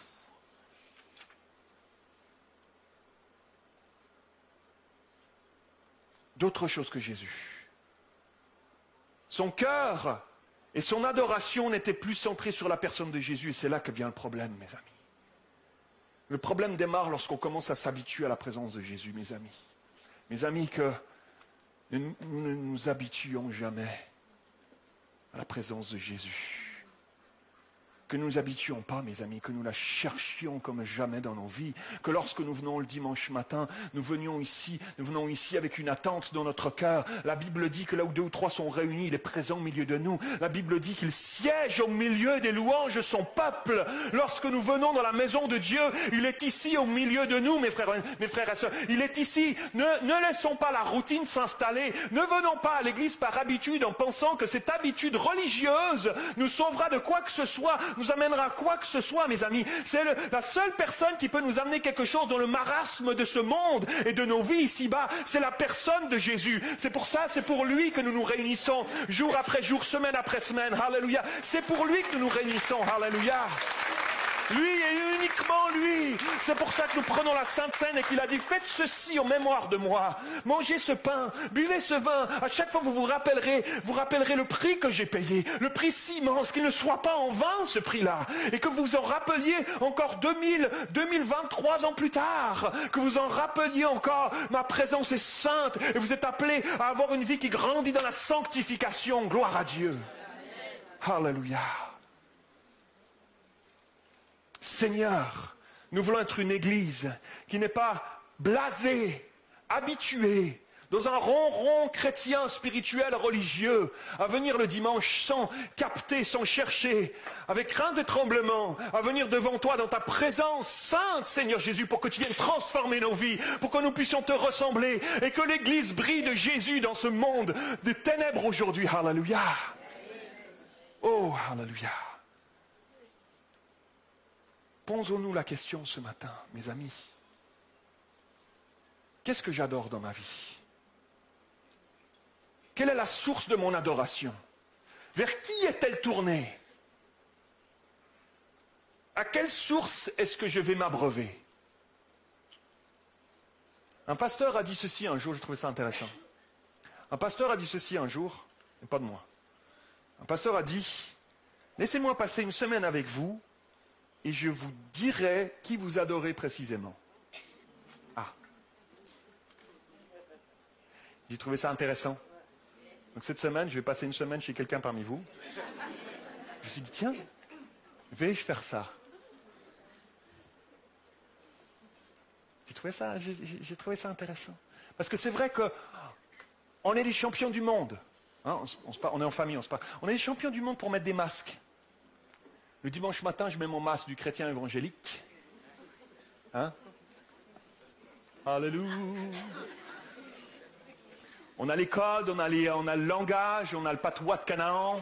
D'autre chose que Jésus. Son cœur et son adoration n'étaient plus centrés sur la personne de Jésus, et c'est là que vient le problème, mes amis. Le problème démarre lorsqu'on commence à s'habituer à la présence de Jésus, mes amis. Mes amis, que nous ne nous habituons jamais à la présence de Jésus. Que nous ne nous habituions pas, mes amis, que nous la cherchions comme jamais dans nos vies, que lorsque nous venons le dimanche matin, nous venions ici, nous venons ici avec une attente dans notre cœur. La Bible dit que là où deux ou trois sont réunis, il est présent au milieu de nous. La Bible dit qu'il siège au milieu des louanges de son peuple. Lorsque nous venons dans la maison de Dieu, il est ici au milieu de nous, mes frères, mes frères et sœurs. Il est ici. Ne, ne laissons pas la routine s'installer. Ne venons pas à l'église par habitude en pensant que cette habitude religieuse nous sauvera de quoi que ce soit, nous amènera à quoi que ce soit, mes amis. C'est le, la seule personne qui peut nous amener quelque chose dans le marasme de ce monde et de nos vies ici-bas. C'est la personne de Jésus. C'est pour ça, c'est pour lui que nous nous réunissons jour après jour, semaine après semaine. Alléluia. C'est pour lui que nous nous réunissons. Alléluia. Lui et uniquement lui. C'est pour ça que nous prenons la Sainte Seine et qu'il a dit faites ceci en mémoire de moi. Mangez ce pain, buvez ce vin. À chaque fois vous vous rappellerez, vous rappellerez le prix que j'ai payé. Le prix si immense, qu'il ne soit pas en vain ce prix-là. Et que vous en rappeliez encore deux mille, deux mille vingt-trois ans plus tard. Que vous en rappeliez encore, ma présence est sainte. Et vous êtes appelés à avoir une vie qui grandit dans la sanctification. Gloire à Dieu. Alléluia. Seigneur, nous voulons être une église qui n'est pas blasée, habituée, dans un ronron chrétien, spirituel, religieux, à venir le dimanche sans capter, sans chercher, avec crainte et tremblement, à venir devant toi dans ta présence sainte, Seigneur Jésus, pour que tu viennes transformer nos vies, pour que nous puissions te ressembler, et que l'église brille de Jésus dans ce monde de ténèbres aujourd'hui. Alléluia. Oh, alléluia. Posons-nous la question ce matin, mes amis. Qu'est-ce que j'adore dans ma vie? Quelle est la source de mon adoration? Vers qui est-elle tournée? À quelle source est-ce que je vais m'abreuver? Un pasteur a dit ceci un jour, je trouvais ça intéressant. Un pasteur a dit ceci un jour, et pas de moi. Un pasteur a dit, laissez-moi passer une semaine avec vous, et je vous dirai qui vous adorez précisément. Ah. J'ai trouvé ça intéressant. Donc cette semaine, je vais passer une semaine chez quelqu'un parmi vous. Je me suis dit, tiens, vais-je faire ça? J'ai trouvé ça, j'ai, j'ai trouvé ça intéressant. Parce que c'est vrai que on est les champions du monde. Hein, on, on, se, on est en famille, on se parle. On est les champions du monde pour mettre des masques. Le dimanche matin, je mets mon masque du chrétien évangélique. Hein? Alléluia. On a les codes, on a, les, on a le langage, on a le patois de Canaan.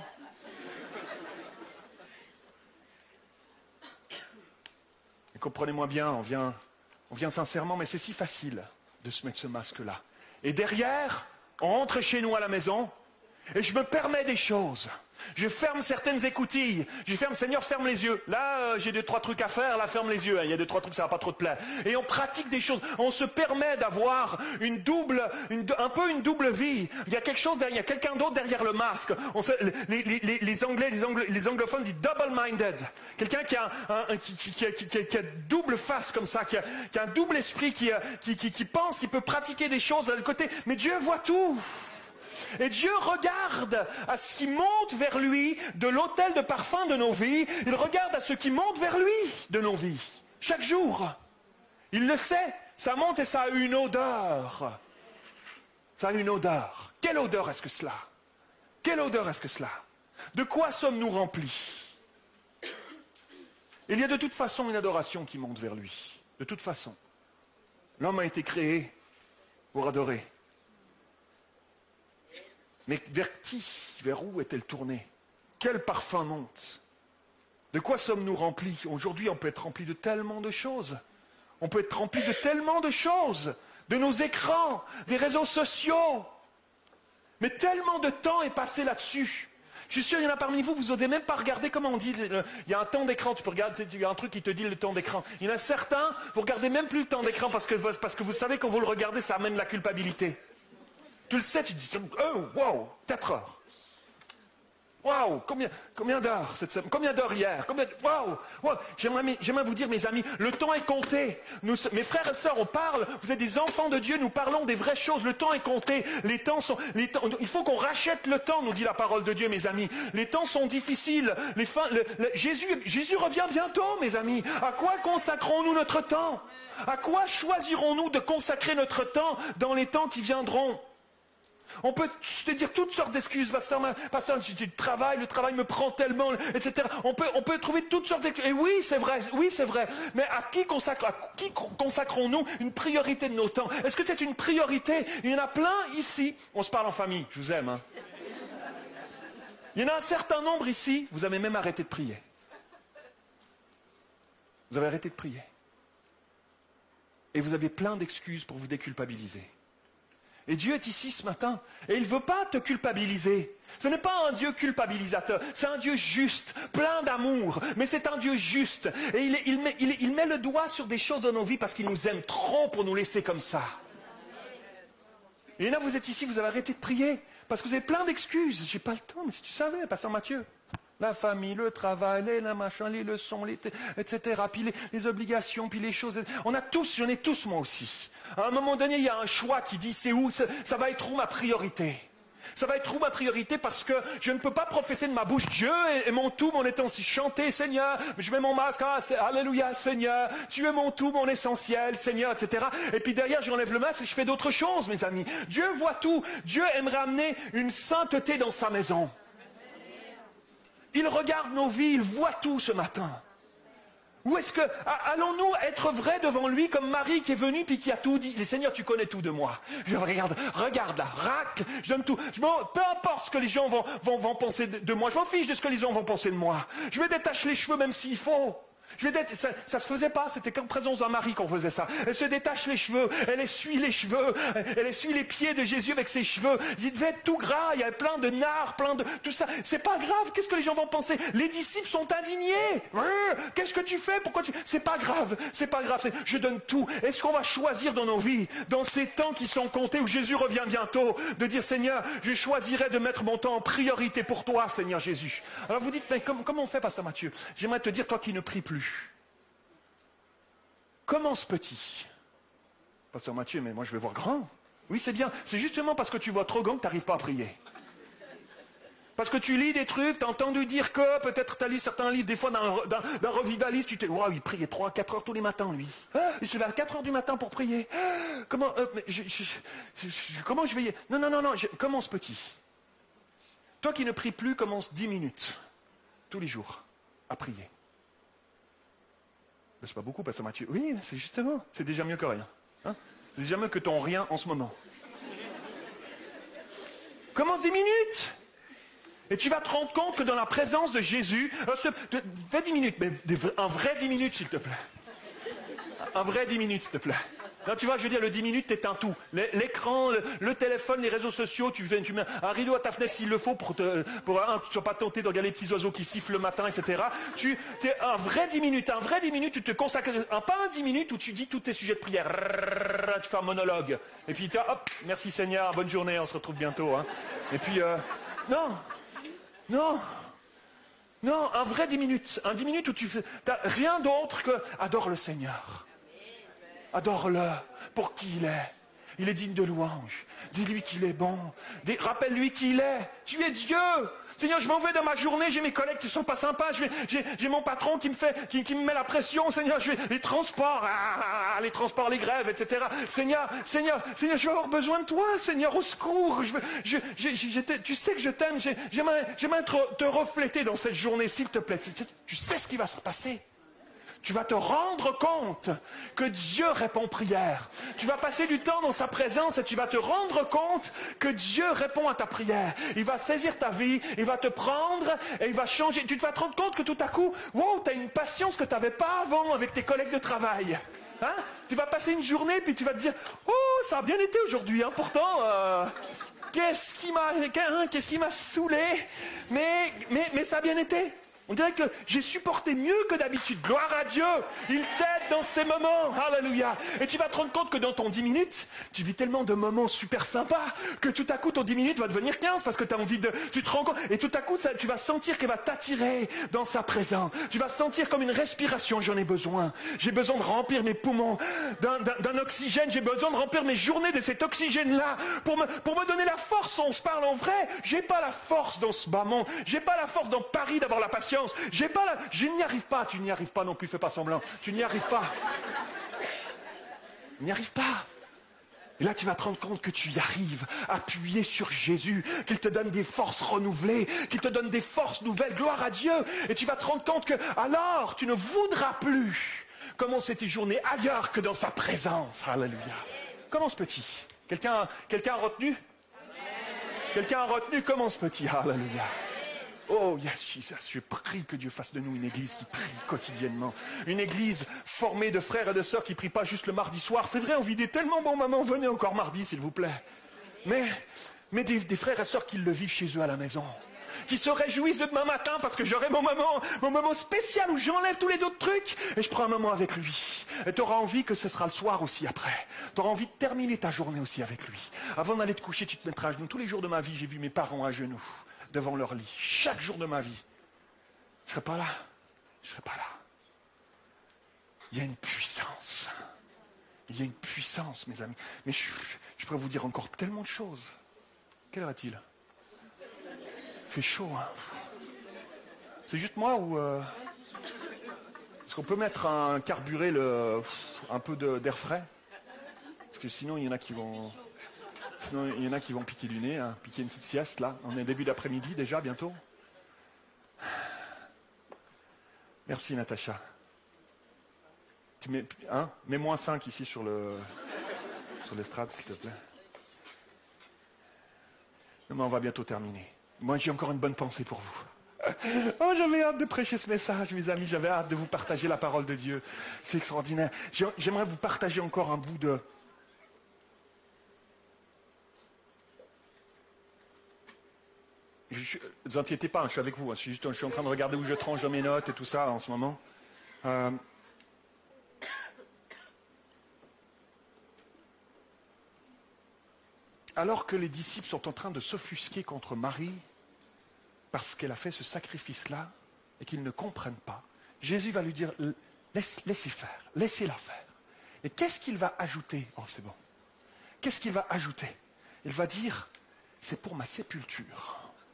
Et comprenez-moi bien, on vient, on vient sincèrement, mais c'est si facile de se mettre ce masque-là. Et derrière, on rentre chez nous à la maison, Et je me permets des choses. Je ferme certaines écoutilles. Je ferme, Seigneur, ferme les yeux. Là, euh, j'ai deux, trois trucs à faire. Là, ferme les yeux. Hein. Il y a deux, trois trucs, ça va pas trop te plaire. Et on pratique des choses. On se permet d'avoir une double, une, un peu une double vie. Il y a quelque chose derrière, il y a quelqu'un d'autre derrière le masque. On se, les, les, les, les Anglais, les, Anglo, les anglophones disent double-minded. Quelqu'un qui a, un, un, qui, qui, qui, qui, qui, qui a double face comme ça, qui a, qui a un double esprit, qui, a, qui, qui, qui pense, qui peut pratiquer des choses de l'autre côté. Mais Dieu voit tout. Et Dieu regarde à ce qui monte vers lui de l'autel de parfum de nos vies. Il regarde à ce qui monte vers lui de nos vies. Chaque jour. Il le sait. Ça monte et ça a une odeur. Ça a une odeur. Quelle odeur est-ce que cela? Quelle odeur est-ce que cela? De quoi sommes-nous remplis? Il y a de toute façon une adoration qui monte vers lui. De toute façon. L'homme a été créé pour adorer. Mais vers qui, vers où est-elle tournée? Quel parfum monte? De quoi sommes-nous remplis? Aujourd'hui, on peut être rempli de tellement de choses. On peut être rempli de tellement de choses. De nos écrans, des réseaux sociaux. Mais tellement de temps est passé là-dessus. Je suis sûr, il y en a parmi vous, vous n'osez même pas regarder comment on dit. Il y a un temps d'écran, tu peux regarder, il y a un truc qui te dit le temps d'écran. Il y en a certains, vous ne regardez même plus le temps d'écran parce que, parce que vous savez quand vous le regardez, ça amène la culpabilité. Tu le sais, tu te dis, oh, wow, quatre heures. Waouh, combien, combien d'heures cette semaine? Combien d'heures hier? Combien, waouh, wow. J'aimerais, j'aimerais vous dire, mes amis, le temps est compté. Nous, mes frères et sœurs, on parle, vous êtes des enfants de Dieu, nous parlons des vraies choses. Le temps est compté. Les temps sont, les temps, il faut qu'on rachète le temps, nous dit la parole de Dieu, mes amis. Les temps sont difficiles. Les fins, le, le, Jésus, Jésus revient bientôt, mes amis. À quoi consacrons-nous notre temps? À quoi choisirons-nous de consacrer notre temps dans les temps qui viendront? On peut te dire toutes sortes d'excuses, pasteur, pasteur, j'ai du travail, le travail me prend tellement, et cetera. On peut, on peut trouver toutes sortes d'excuses. Et oui, c'est vrai, oui, c'est vrai. Mais à qui, consacre, à qui consacrons-nous une priorité de nos temps? Est-ce que c'est une priorité? Il y en a plein ici. On se parle en famille, je vous aime. Hein. Il y en a un certain nombre ici, vous avez même arrêté de prier. Vous avez arrêté de prier. Et vous avez plein d'excuses pour vous déculpabiliser. Et Dieu est ici ce matin, et il ne veut pas te culpabiliser. Ce n'est pas un Dieu culpabilisateur, c'est un Dieu juste, plein d'amour, mais c'est un Dieu juste. Et il, il, met, il, il met le doigt sur des choses dans nos vies parce qu'il nous aime trop pour nous laisser comme ça. Et là, vous êtes ici, vous avez arrêté de prier, parce que vous avez plein d'excuses. J'ai pas le temps, mais si tu savais, pasteur Mathieu. La famille, le travail, les, les machins, les leçons, les, et cetera. Puis les, les obligations, puis les choses. On a tous, j'en ai tous moi aussi. À un moment donné, il y a un choix qui dit c'est où, ça, ça va être où ma priorité? Ça va être où ma priorité parce que je ne peux pas professer de ma bouche Dieu est, est mon tout, mon essentiel. Chanter, Seigneur, je mets mon masque, ah, alléluia, Seigneur, tu es mon tout, mon essentiel, Seigneur, et cetera. Et puis derrière, j'enlève le masque et je fais d'autres choses, mes amis. Dieu voit tout. Dieu aimerait amener une sainteté dans sa maison. Il regarde nos vies, il voit tout ce matin. Où est-ce que, allons-nous être vrais devant lui comme Marie qui est venue puis qui a tout dit? Seigneur, tu connais tout de moi. Je regarde, regarde la racle, je donne tout. Je peu importe ce que les gens vont, vont, vont penser de, de moi. Je m'en fiche de ce que les gens vont penser de moi. Je me détache les cheveux même s'il faut. Je vais dét... ça, ça se faisait pas, c'était qu'en présence d'un mari qu'on faisait ça. Elle se détache les cheveux, elle essuie les cheveux, elle essuie les pieds de Jésus avec ses cheveux. Il devait être tout gras, il y avait plein de nards, plein de... tout ça. C'est pas grave, qu'est-ce que les gens vont penser? Les disciples sont indignés. Qu'est-ce que tu fais? Pourquoi tu... C'est pas grave, c'est pas grave, c'est... je donne tout. Est-ce qu'on va choisir dans nos vies, dans ces temps qui sont comptés, où Jésus revient bientôt, de dire Seigneur, je choisirai de mettre mon temps en priorité pour toi, Seigneur Jésus. Alors vous dites, mais comment, comment on fait, pasteur Mathieu? J'aimerais te dire, toi qui ne pries plus. Commence petit. Pasteur Mathieu, mais moi je vais voir grand. Oui, c'est bien. C'est justement parce que tu vois trop grand que tu n'arrives pas à prier. Parce que tu lis des trucs, tu as entendu dire que, peut-être tu as lu certains livres, des fois d'un, d'un, d'un revivaliste, tu t'es, waouh, il priait trois à quatre heures tous les matins, lui. Ah, il se lève à quatre heures du matin pour prier. Ah, comment, euh, mais je, je, je, je, comment je vais y... Non, non, non, non, je, commence petit. Toi qui ne pries plus, commence dix minutes, tous les jours, à prier. Ben, c'est pas beaucoup, pasteur Mathieu. Oui, c'est justement, c'est déjà mieux que rien. Hein, c'est déjà mieux que ton rien en ce moment. Commence dix minutes. Et tu vas te rendre compte que dans la présence de Jésus, fais dix minutes, mais un vrai dix minutes, s'il te plaît. Un vrai dix minutes, s'il te plaît. Non, tu vois, je veux dire, le dix minutes, t'éteins tout. L'écran, le, le téléphone, les réseaux sociaux, tu, tu mets un rideau à ta fenêtre s'il le faut pour te, pour un, tu sois pas tenté de regarder les petits oiseaux qui sifflent le matin, et cetera. Tu, t'es un vrai dix minutes, un vrai dix minutes, tu te consacres, un, pas un dix minutes où tu dis tous tes sujets de prière. Tu fais un monologue. Et puis, tu hop, merci Seigneur, bonne journée, on se retrouve bientôt, hein. Et puis, euh, non, non. Non, un vrai dix minutes. Un dix minutes où tu fais, t'as rien d'autre que adore le Seigneur. Adore-le pour qui il est. Il est digne de louange. Dis-lui qu'il est bon. Dis, rappelle-lui qui il est. Tu es Dieu. Seigneur, je m'en vais dans ma journée, j'ai mes collègues qui sont pas sympas, je vais, j'ai, j'ai mon patron qui me fait, qui, qui me met la pression, Seigneur, je vais, les transports, ah, les transports, les grèves, et cetera. Seigneur, Seigneur, Seigneur, je vais avoir besoin de toi, Seigneur, au secours. Je, veux, je, je, je, je tu sais que je t'aime, j'aimerais, j'aimerais te, te refléter dans cette journée, s'il te plaît. Tu, tu sais ce qui va se passer. Tu vas te rendre compte que Dieu répond aux prières. Tu vas passer du temps dans sa présence et tu vas te rendre compte que Dieu répond à ta prière. Il va saisir ta vie, il va te prendre et il va changer. Tu vas te rendre compte que tout à coup, wow, tu as une patience que tu n'avais pas avant avec tes collègues de travail. Hein? Tu vas passer une journée puis tu vas te dire, oh, ça a bien été aujourd'hui. Hein? Pourtant, euh, qu'est-ce qui m'a, qu'est-ce qui m'a saoulé, mais, mais, mais ça a bien été. On dirait que j'ai supporté mieux que d'habitude. Gloire à Dieu. Il t'aide dans ces moments. Alléluia. Et tu vas te rendre compte que dans ton dix minutes, tu vis tellement de moments super sympas que tout à coup, ton dix minutes va devenir quinze parce que tu as envie de... Tu te rends compte. Et tout à coup, ça, tu vas sentir qu'elle va t'attirer dans sa présence. Tu vas sentir comme une respiration. J'en ai besoin. J'ai besoin de remplir mes poumons d'un, d'un, d'un oxygène. J'ai besoin de remplir mes journées de cet oxygène-là pour me, pour me donner la force. On se parle en vrai. J'ai pas la force dans ce bas monde. J'ai pas la force dans Paris d'avoir la patience. J'ai pas la... Je n'y arrive pas. Tu n'y arrives pas non plus, fais pas semblant. Tu n'y arrives pas. Tu n'y arrives pas. Et là, tu vas te rendre compte que tu y arrives, appuyé sur Jésus, qu'il te donne des forces renouvelées, qu'il te donne des forces nouvelles. Gloire à Dieu. Et tu vas te rendre compte que, alors, tu ne voudras plus commencer tes journées ailleurs que dans sa présence. Alléluia. Commence petit. Quelqu'un, quelqu'un a retenu? Quelqu'un a retenu? Commence petit. Alléluia. Oh, yes, Jesus, je prie que Dieu fasse de nous une église qui prie quotidiennement. Une église formée de frères et de sœurs qui ne prient pas juste le mardi soir. C'est vrai, on vit des tellement bons moments. Venez encore mardi, s'il vous plaît. Mais, mais des, des frères et sœurs qui le vivent chez eux à la maison. Qui se réjouissent de demain matin parce que j'aurai mon moment, mon moment spécial où j'enlève tous les autres trucs et je prends un moment avec lui. Et tu auras envie que ce sera le soir aussi après. Tu auras envie de terminer ta journée aussi avec lui. Avant d'aller te coucher, tu te mettras à genoux. Tous les jours de ma vie, j'ai vu mes parents à genoux devant leur lit. Chaque jour de ma vie. Je ne serai pas là. Je ne serai pas là. Il y a une puissance. Il y a une puissance, mes amis. Mais je, je pourrais vous dire encore tellement de choses. Quelle heure est-il? Il fait chaud, hein. C'est juste moi ou... Euh... Est-ce qu'on peut mettre un carburé, le... un peu de, d'air frais? Parce que sinon, il y en a qui vont... Sinon, il y en a qui vont piquer du nez, hein, piquer une petite sieste, là. On est début d'après-midi, déjà, bientôt. Merci, Natacha. Tu mets, hein, mets moins cinq ici sur le, sur l'estrade, s'il te plaît. Non, mais on va bientôt terminer. Moi, j'ai encore une bonne pensée pour vous. Oh, j'avais hâte de prêcher ce message, mes amis. J'avais hâte de vous partager la parole de Dieu. C'est extraordinaire. J'aimerais vous partager encore un bout de... Ne vous inquiétez pas, hein, je suis avec vous. Hein, je, suis juste, je suis en train de regarder où je tranche dans mes notes et tout ça en ce moment. Euh... Alors que les disciples sont en train de s'offusquer contre Marie parce qu'elle a fait ce sacrifice-là et qu'ils ne comprennent pas, Jésus va lui dire, Laisse, laissez faire, laissez-la faire. Et qu'est-ce qu'il va ajouter? Oh, c'est bon. Qu'est-ce qu'il va ajouter? Il va dire, c'est pour ma sépulture.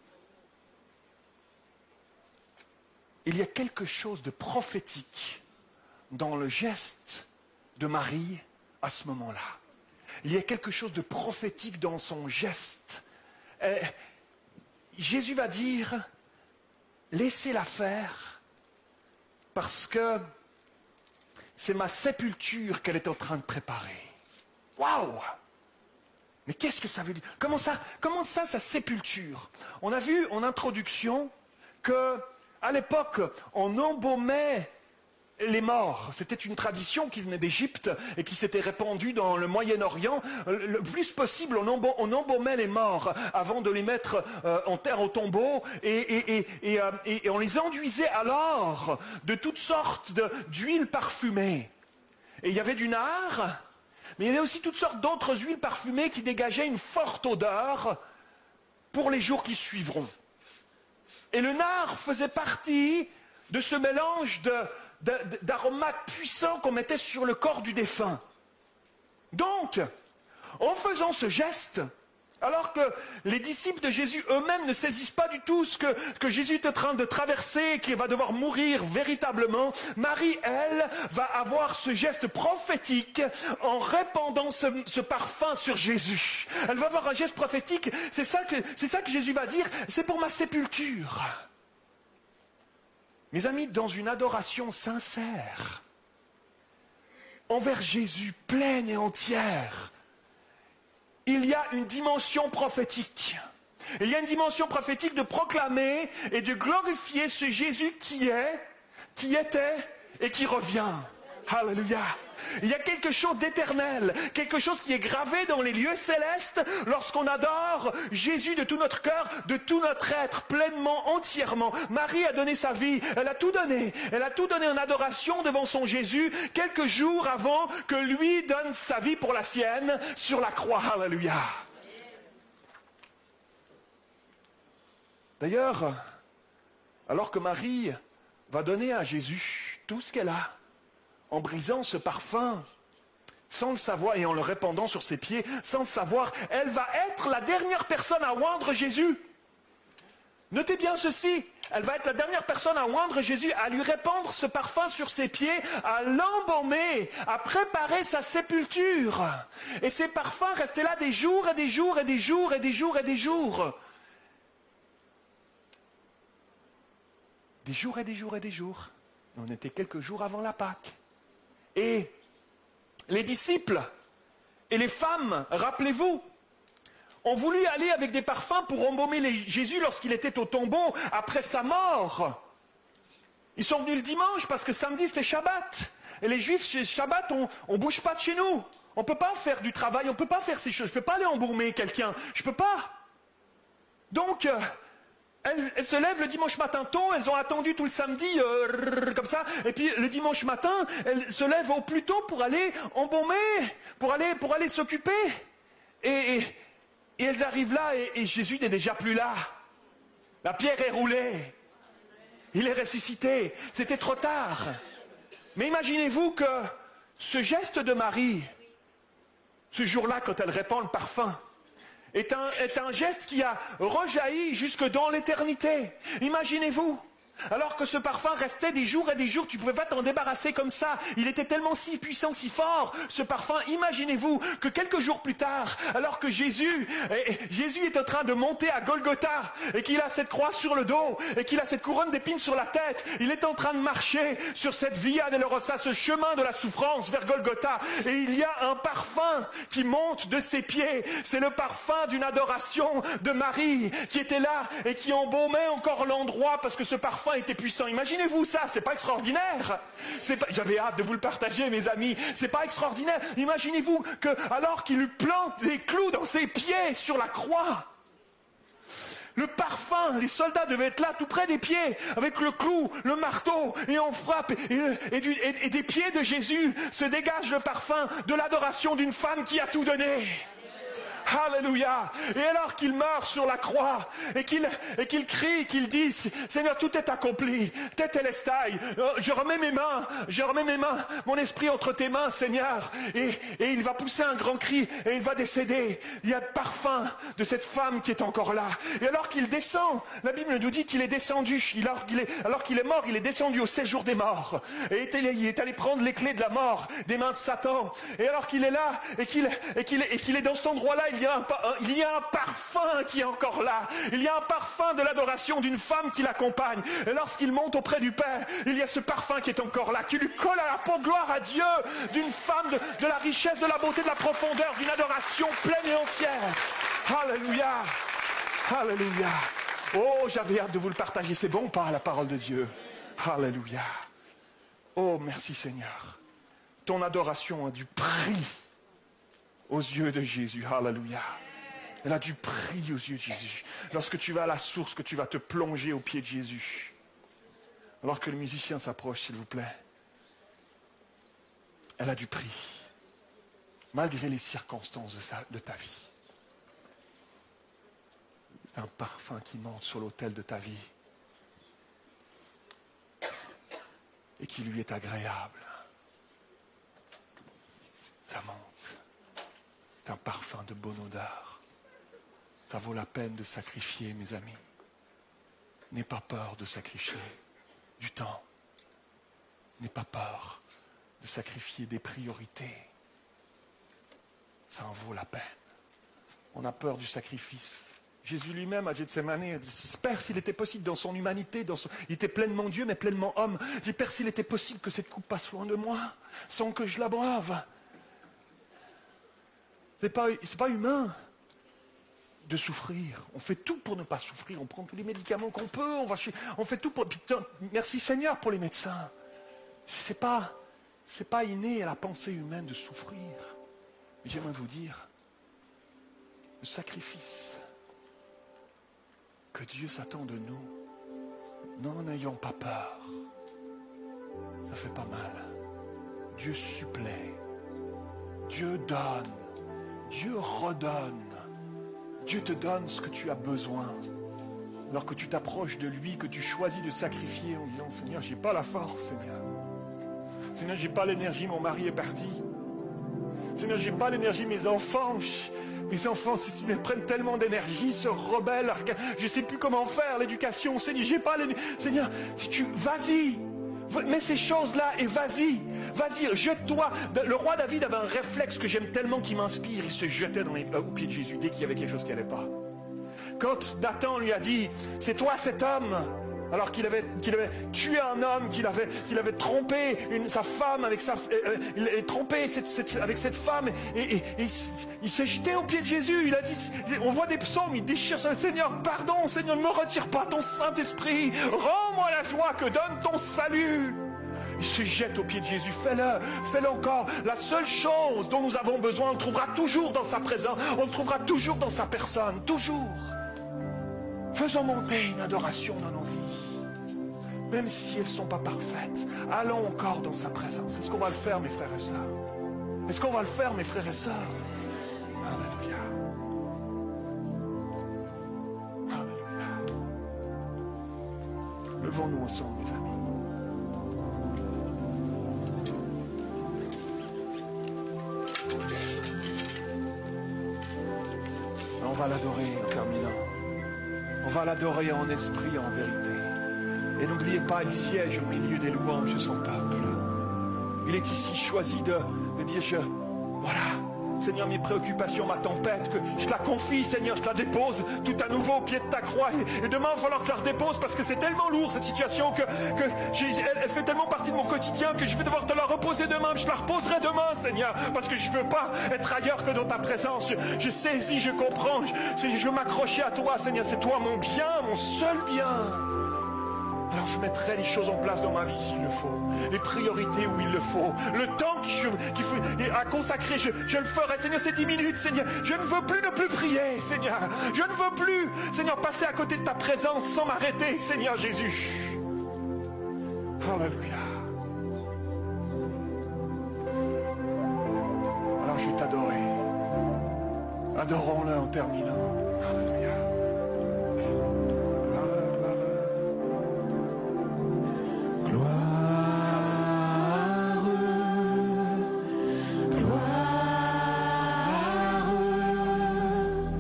Il y a quelque chose de prophétique dans le geste de Marie à ce moment-là. Il y a quelque chose de prophétique dans son geste. Et Jésus va dire, laissez-la faire, parce que c'est ma sépulture qu'elle est en train de préparer. Waouh! Mais qu'est-ce que ça veut dire? Comment ça, comment ça, sa sépulture? On a vu en introduction que à l'époque, on embaumait les morts. C'était une tradition qui venait d'Égypte et qui s'était répandue dans le Moyen-Orient. Le plus possible, on, emba- on embaumait les morts avant de les mettre euh, en terre au tombeau et, et, et, et, euh, et, et on les enduisait alors de toutes sortes de- d'huiles parfumées. Et il y avait du nard, mais il y avait aussi toutes sortes d'autres huiles parfumées qui dégageaient une forte odeur pour les jours qui suivront. Et le nard faisait partie de ce mélange de d'aromates puissants qu'on mettait sur le corps du défunt. Donc, en faisant ce geste, alors que les disciples de Jésus eux-mêmes ne saisissent pas du tout ce que, que Jésus est en train de traverser, qu'il va devoir mourir véritablement, Marie, elle, va avoir ce geste prophétique en répandant ce, ce parfum sur Jésus. Elle va avoir un geste prophétique, c'est ça que, c'est ça que Jésus va dire, c'est pour ma sépulture. Mes amis, dans une adoration sincère, envers Jésus, pleine et entière, il y a une dimension prophétique. Il y a une dimension prophétique de proclamer et de glorifier ce Jésus qui est, qui était et qui revient. Alléluia. Il y a quelque chose d'éternel, quelque chose qui est gravé dans les lieux célestes lorsqu'on adore Jésus de tout notre cœur, de tout notre être, pleinement, entièrement. Marie a donné sa vie, elle a tout donné. Elle a tout donné en adoration devant son Jésus quelques jours avant que lui donne sa vie pour la sienne sur la croix. Alléluia. D'ailleurs, alors que Marie va donner à Jésus tout ce qu'elle a, en brisant ce parfum, sans le savoir, et en le répandant sur ses pieds, sans le savoir, elle va être la dernière personne à oindre Jésus. Notez bien ceci, elle va être la dernière personne à oindre Jésus, à lui répandre ce parfum sur ses pieds, à l'embaumer, à préparer sa sépulture. Et ces parfums restaient là des jours et des jours et des jours et des jours et des jours. Des jours et des jours et des jours. On était quelques jours avant la Pâque. Et les disciples et les femmes, rappelez-vous, ont voulu aller avec des parfums pour embaumer les... Jésus lorsqu'il était au tombeau, après sa mort. Ils sont venus le dimanche parce que samedi c'était Shabbat. Et les Juifs, chez Shabbat, on ne bouge pas de chez nous. On ne peut pas faire du travail, on ne peut pas faire ces choses. Je ne peux pas aller embaumer quelqu'un, je ne peux pas. Donc... Euh, Elles, elles se lèvent le dimanche matin tôt, elles ont attendu tout le samedi, euh, comme ça, et puis le dimanche matin, elles se lèvent au plus tôt pour aller embaumer, pour aller, pour aller s'occuper. Et, et, et elles arrivent là, et, et Jésus n'est déjà plus là. La pierre est roulée. Il est ressuscité. C'était trop tard. Mais imaginez-vous que ce geste de Marie, ce jour-là, quand elle répand le parfum, Est un, est un geste qui a rejailli jusque dans l'éternité. Imaginez-vous, alors que ce parfum restait des jours et des jours, tu ne pouvais pas t'en débarrasser comme ça. Il était tellement si puissant, si fort, ce parfum. Imaginez-vous que quelques jours plus tard, alors que Jésus, et, Jésus est en train de monter à Golgotha, et qu'il a cette croix sur le dos, et qu'il a cette couronne d'épines sur la tête, il est en train de marcher sur cette Via Dolorosa, ce chemin de la souffrance vers Golgotha, et il y a un parfum qui monte de ses pieds. C'est le parfum d'une adoration de Marie qui était là et qui embaumait encore l'endroit parce que ce parfum était puissant. Imaginez-vous ça, c'est pas extraordinaire. C'est pas... J'avais hâte de vous le partager, mes amis. C'est pas extraordinaire. Imaginez-vous que, alors qu'il lui plante des clous dans ses pieds sur la croix, le parfum, les soldats devaient être là tout près des pieds, avec le clou, le marteau, et on frappe, et, et, du, et, et des pieds de Jésus se dégage le parfum de l'adoration d'une femme qui a tout donné. Alléluia. Et alors qu'il meurt sur la croix et qu'il et qu'il crie, qu'il dit, Seigneur, tout est accompli, tetelestai, je remets mes mains, je remets mes mains, mon esprit entre tes mains, Seigneur. Et, et il va pousser un grand cri et il va décéder. Il y a le parfum de cette femme qui est encore là. Et alors qu'il descend, la Bible nous dit qu'il est descendu, il, alors qu'il est, alors qu'il est mort, il est descendu au séjour des morts. Et il est allé prendre les clés de la mort des mains de Satan. Et alors qu'il est là et qu'il, et qu'il, et qu'il est dans cet endroit-là, il y a un, il y a un parfum qui est encore là. Il y a un parfum de l'adoration d'une femme qui l'accompagne. Et lorsqu'il monte auprès du Père, il y a ce parfum qui est encore là, qui lui colle à la peau. Gloire à Dieu, d'une femme, de, de la richesse, de la beauté, de la profondeur, d'une adoration pleine et entière. Alléluia. Alléluia. Oh, j'avais hâte de vous le partager. C'est bon, pas la parole de Dieu. Alléluia. Oh, merci Seigneur. Ton adoration a du prix aux yeux de Jésus. Alléluia. Elle a du prix aux yeux de Jésus. Lorsque tu vas à la source, que tu vas te plonger aux pieds de Jésus. Alors que le musicien s'approche, s'il vous plaît. Elle a du prix. Malgré les circonstances de, sa, de ta vie. C'est un parfum qui monte sur l'autel de ta vie. Et qui lui est agréable. Ça monte. C'est un parfum de bonne odeur. Ça vaut la peine de sacrifier, mes amis. N'aie pas peur de sacrifier du temps. N'aie pas peur de sacrifier des priorités. Ça en vaut la peine. On a peur du sacrifice. Jésus lui-même, à Gethsémane, a dit, Père, s'il était possible dans son humanité, dans son... il était pleinement Dieu, mais pleinement homme. Il dit, Père, s'il était possible que cette coupe passe loin de moi, sans que je la boive. C'est pas, c'est pas humain de souffrir. On fait tout pour ne pas souffrir. On prend tous les médicaments qu'on peut. On, va, on fait tout pour... Merci Seigneur pour les médecins. C'est pas, c'est pas inné à la pensée humaine de souffrir. Mais j'aimerais vous dire, le sacrifice que Dieu s'attend de nous, n'en ayons pas peur. Ça fait pas mal. Dieu supplée. Dieu donne. Dieu redonne. Dieu te donne ce que tu as besoin. Alors que tu t'approches de lui, que tu choisis de sacrifier en disant, Seigneur, j'ai pas la force, Seigneur. Seigneur, j'ai pas l'énergie, mon mari est parti. Seigneur, j'ai pas l'énergie, mes enfants, mes enfants, ils prennent tellement d'énergie, se rebellent, je sais plus comment faire, l'éducation, Seigneur, j'ai pas l'énergie. Seigneur, si tu, vas-y, mets ces choses-là et vas-y, vas-y, jette-toi. Le roi David avait un réflexe que j'aime tellement qui m'inspire, il se jetait dans les, aux pieds de Jésus dès qu'il y avait quelque chose qui n'allait pas. Quand Nathan lui a dit, c'est toi cet homme, alors qu'il avait, qu'il avait tué un homme, qu'il avait, qu'il avait trompé une, sa femme avec sa, euh, il avait trompé cette, cette, avec cette femme, et, et, et il, il s'est jeté aux pieds de Jésus. Il a dit, on voit des psaumes, il déchire son Seigneur, pardon, Seigneur, ne me retire pas ton Saint-Esprit, rends-moi la joie que donne ton salut. Il se jette aux pieds de Jésus, fais-le, fais-le encore. La seule chose dont nous avons besoin, on le trouvera toujours dans sa présence, on le trouvera toujours dans sa personne, toujours. Faisons monter une adoration dans nos vies, même si elles ne sont pas parfaites. Allons encore dans sa présence. Est-ce qu'on va le faire, mes frères et sœurs? Est-ce qu'on va le faire, mes frères et sœurs? Alléluia. Alléluia. Levons-nous ensemble, mes amis. On va l'adorer en terminant. On va l'adorer en esprit et en vérité. Et n'oubliez pas, il siège au milieu des louanges de son peuple. Il est ici choisi de, de dire, je, voilà, Seigneur, mes préoccupations, ma tempête, que je la confie, Seigneur, je la dépose tout à nouveau au pied de ta croix. Et, et demain, il va falloir que je la redépose parce que c'est tellement lourd, cette situation, que, que elle, elle fait tellement partie de mon quotidien que je vais devoir te la reposer demain. Je la reposerai demain, Seigneur, parce que je ne veux pas être ailleurs que dans ta présence. Je, je saisis, je comprends, je, je veux m'accrocher à toi, Seigneur. C'est toi mon bien, mon seul bien. Alors je mettrai les choses en place dans ma vie s'il le faut, les priorités où il le faut, le temps qu'il faut à consacrer, je, je le ferai. Seigneur, c'est dix minutes, Seigneur. Je ne veux plus ne plus prier, Seigneur. Je ne veux plus, Seigneur, passer à côté de ta présence sans m'arrêter, Seigneur Jésus. Alléluia. Alors je vais t'adorer. Adorons-le en terminant. Alléluia.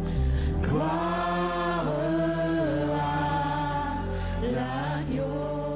L'agneau.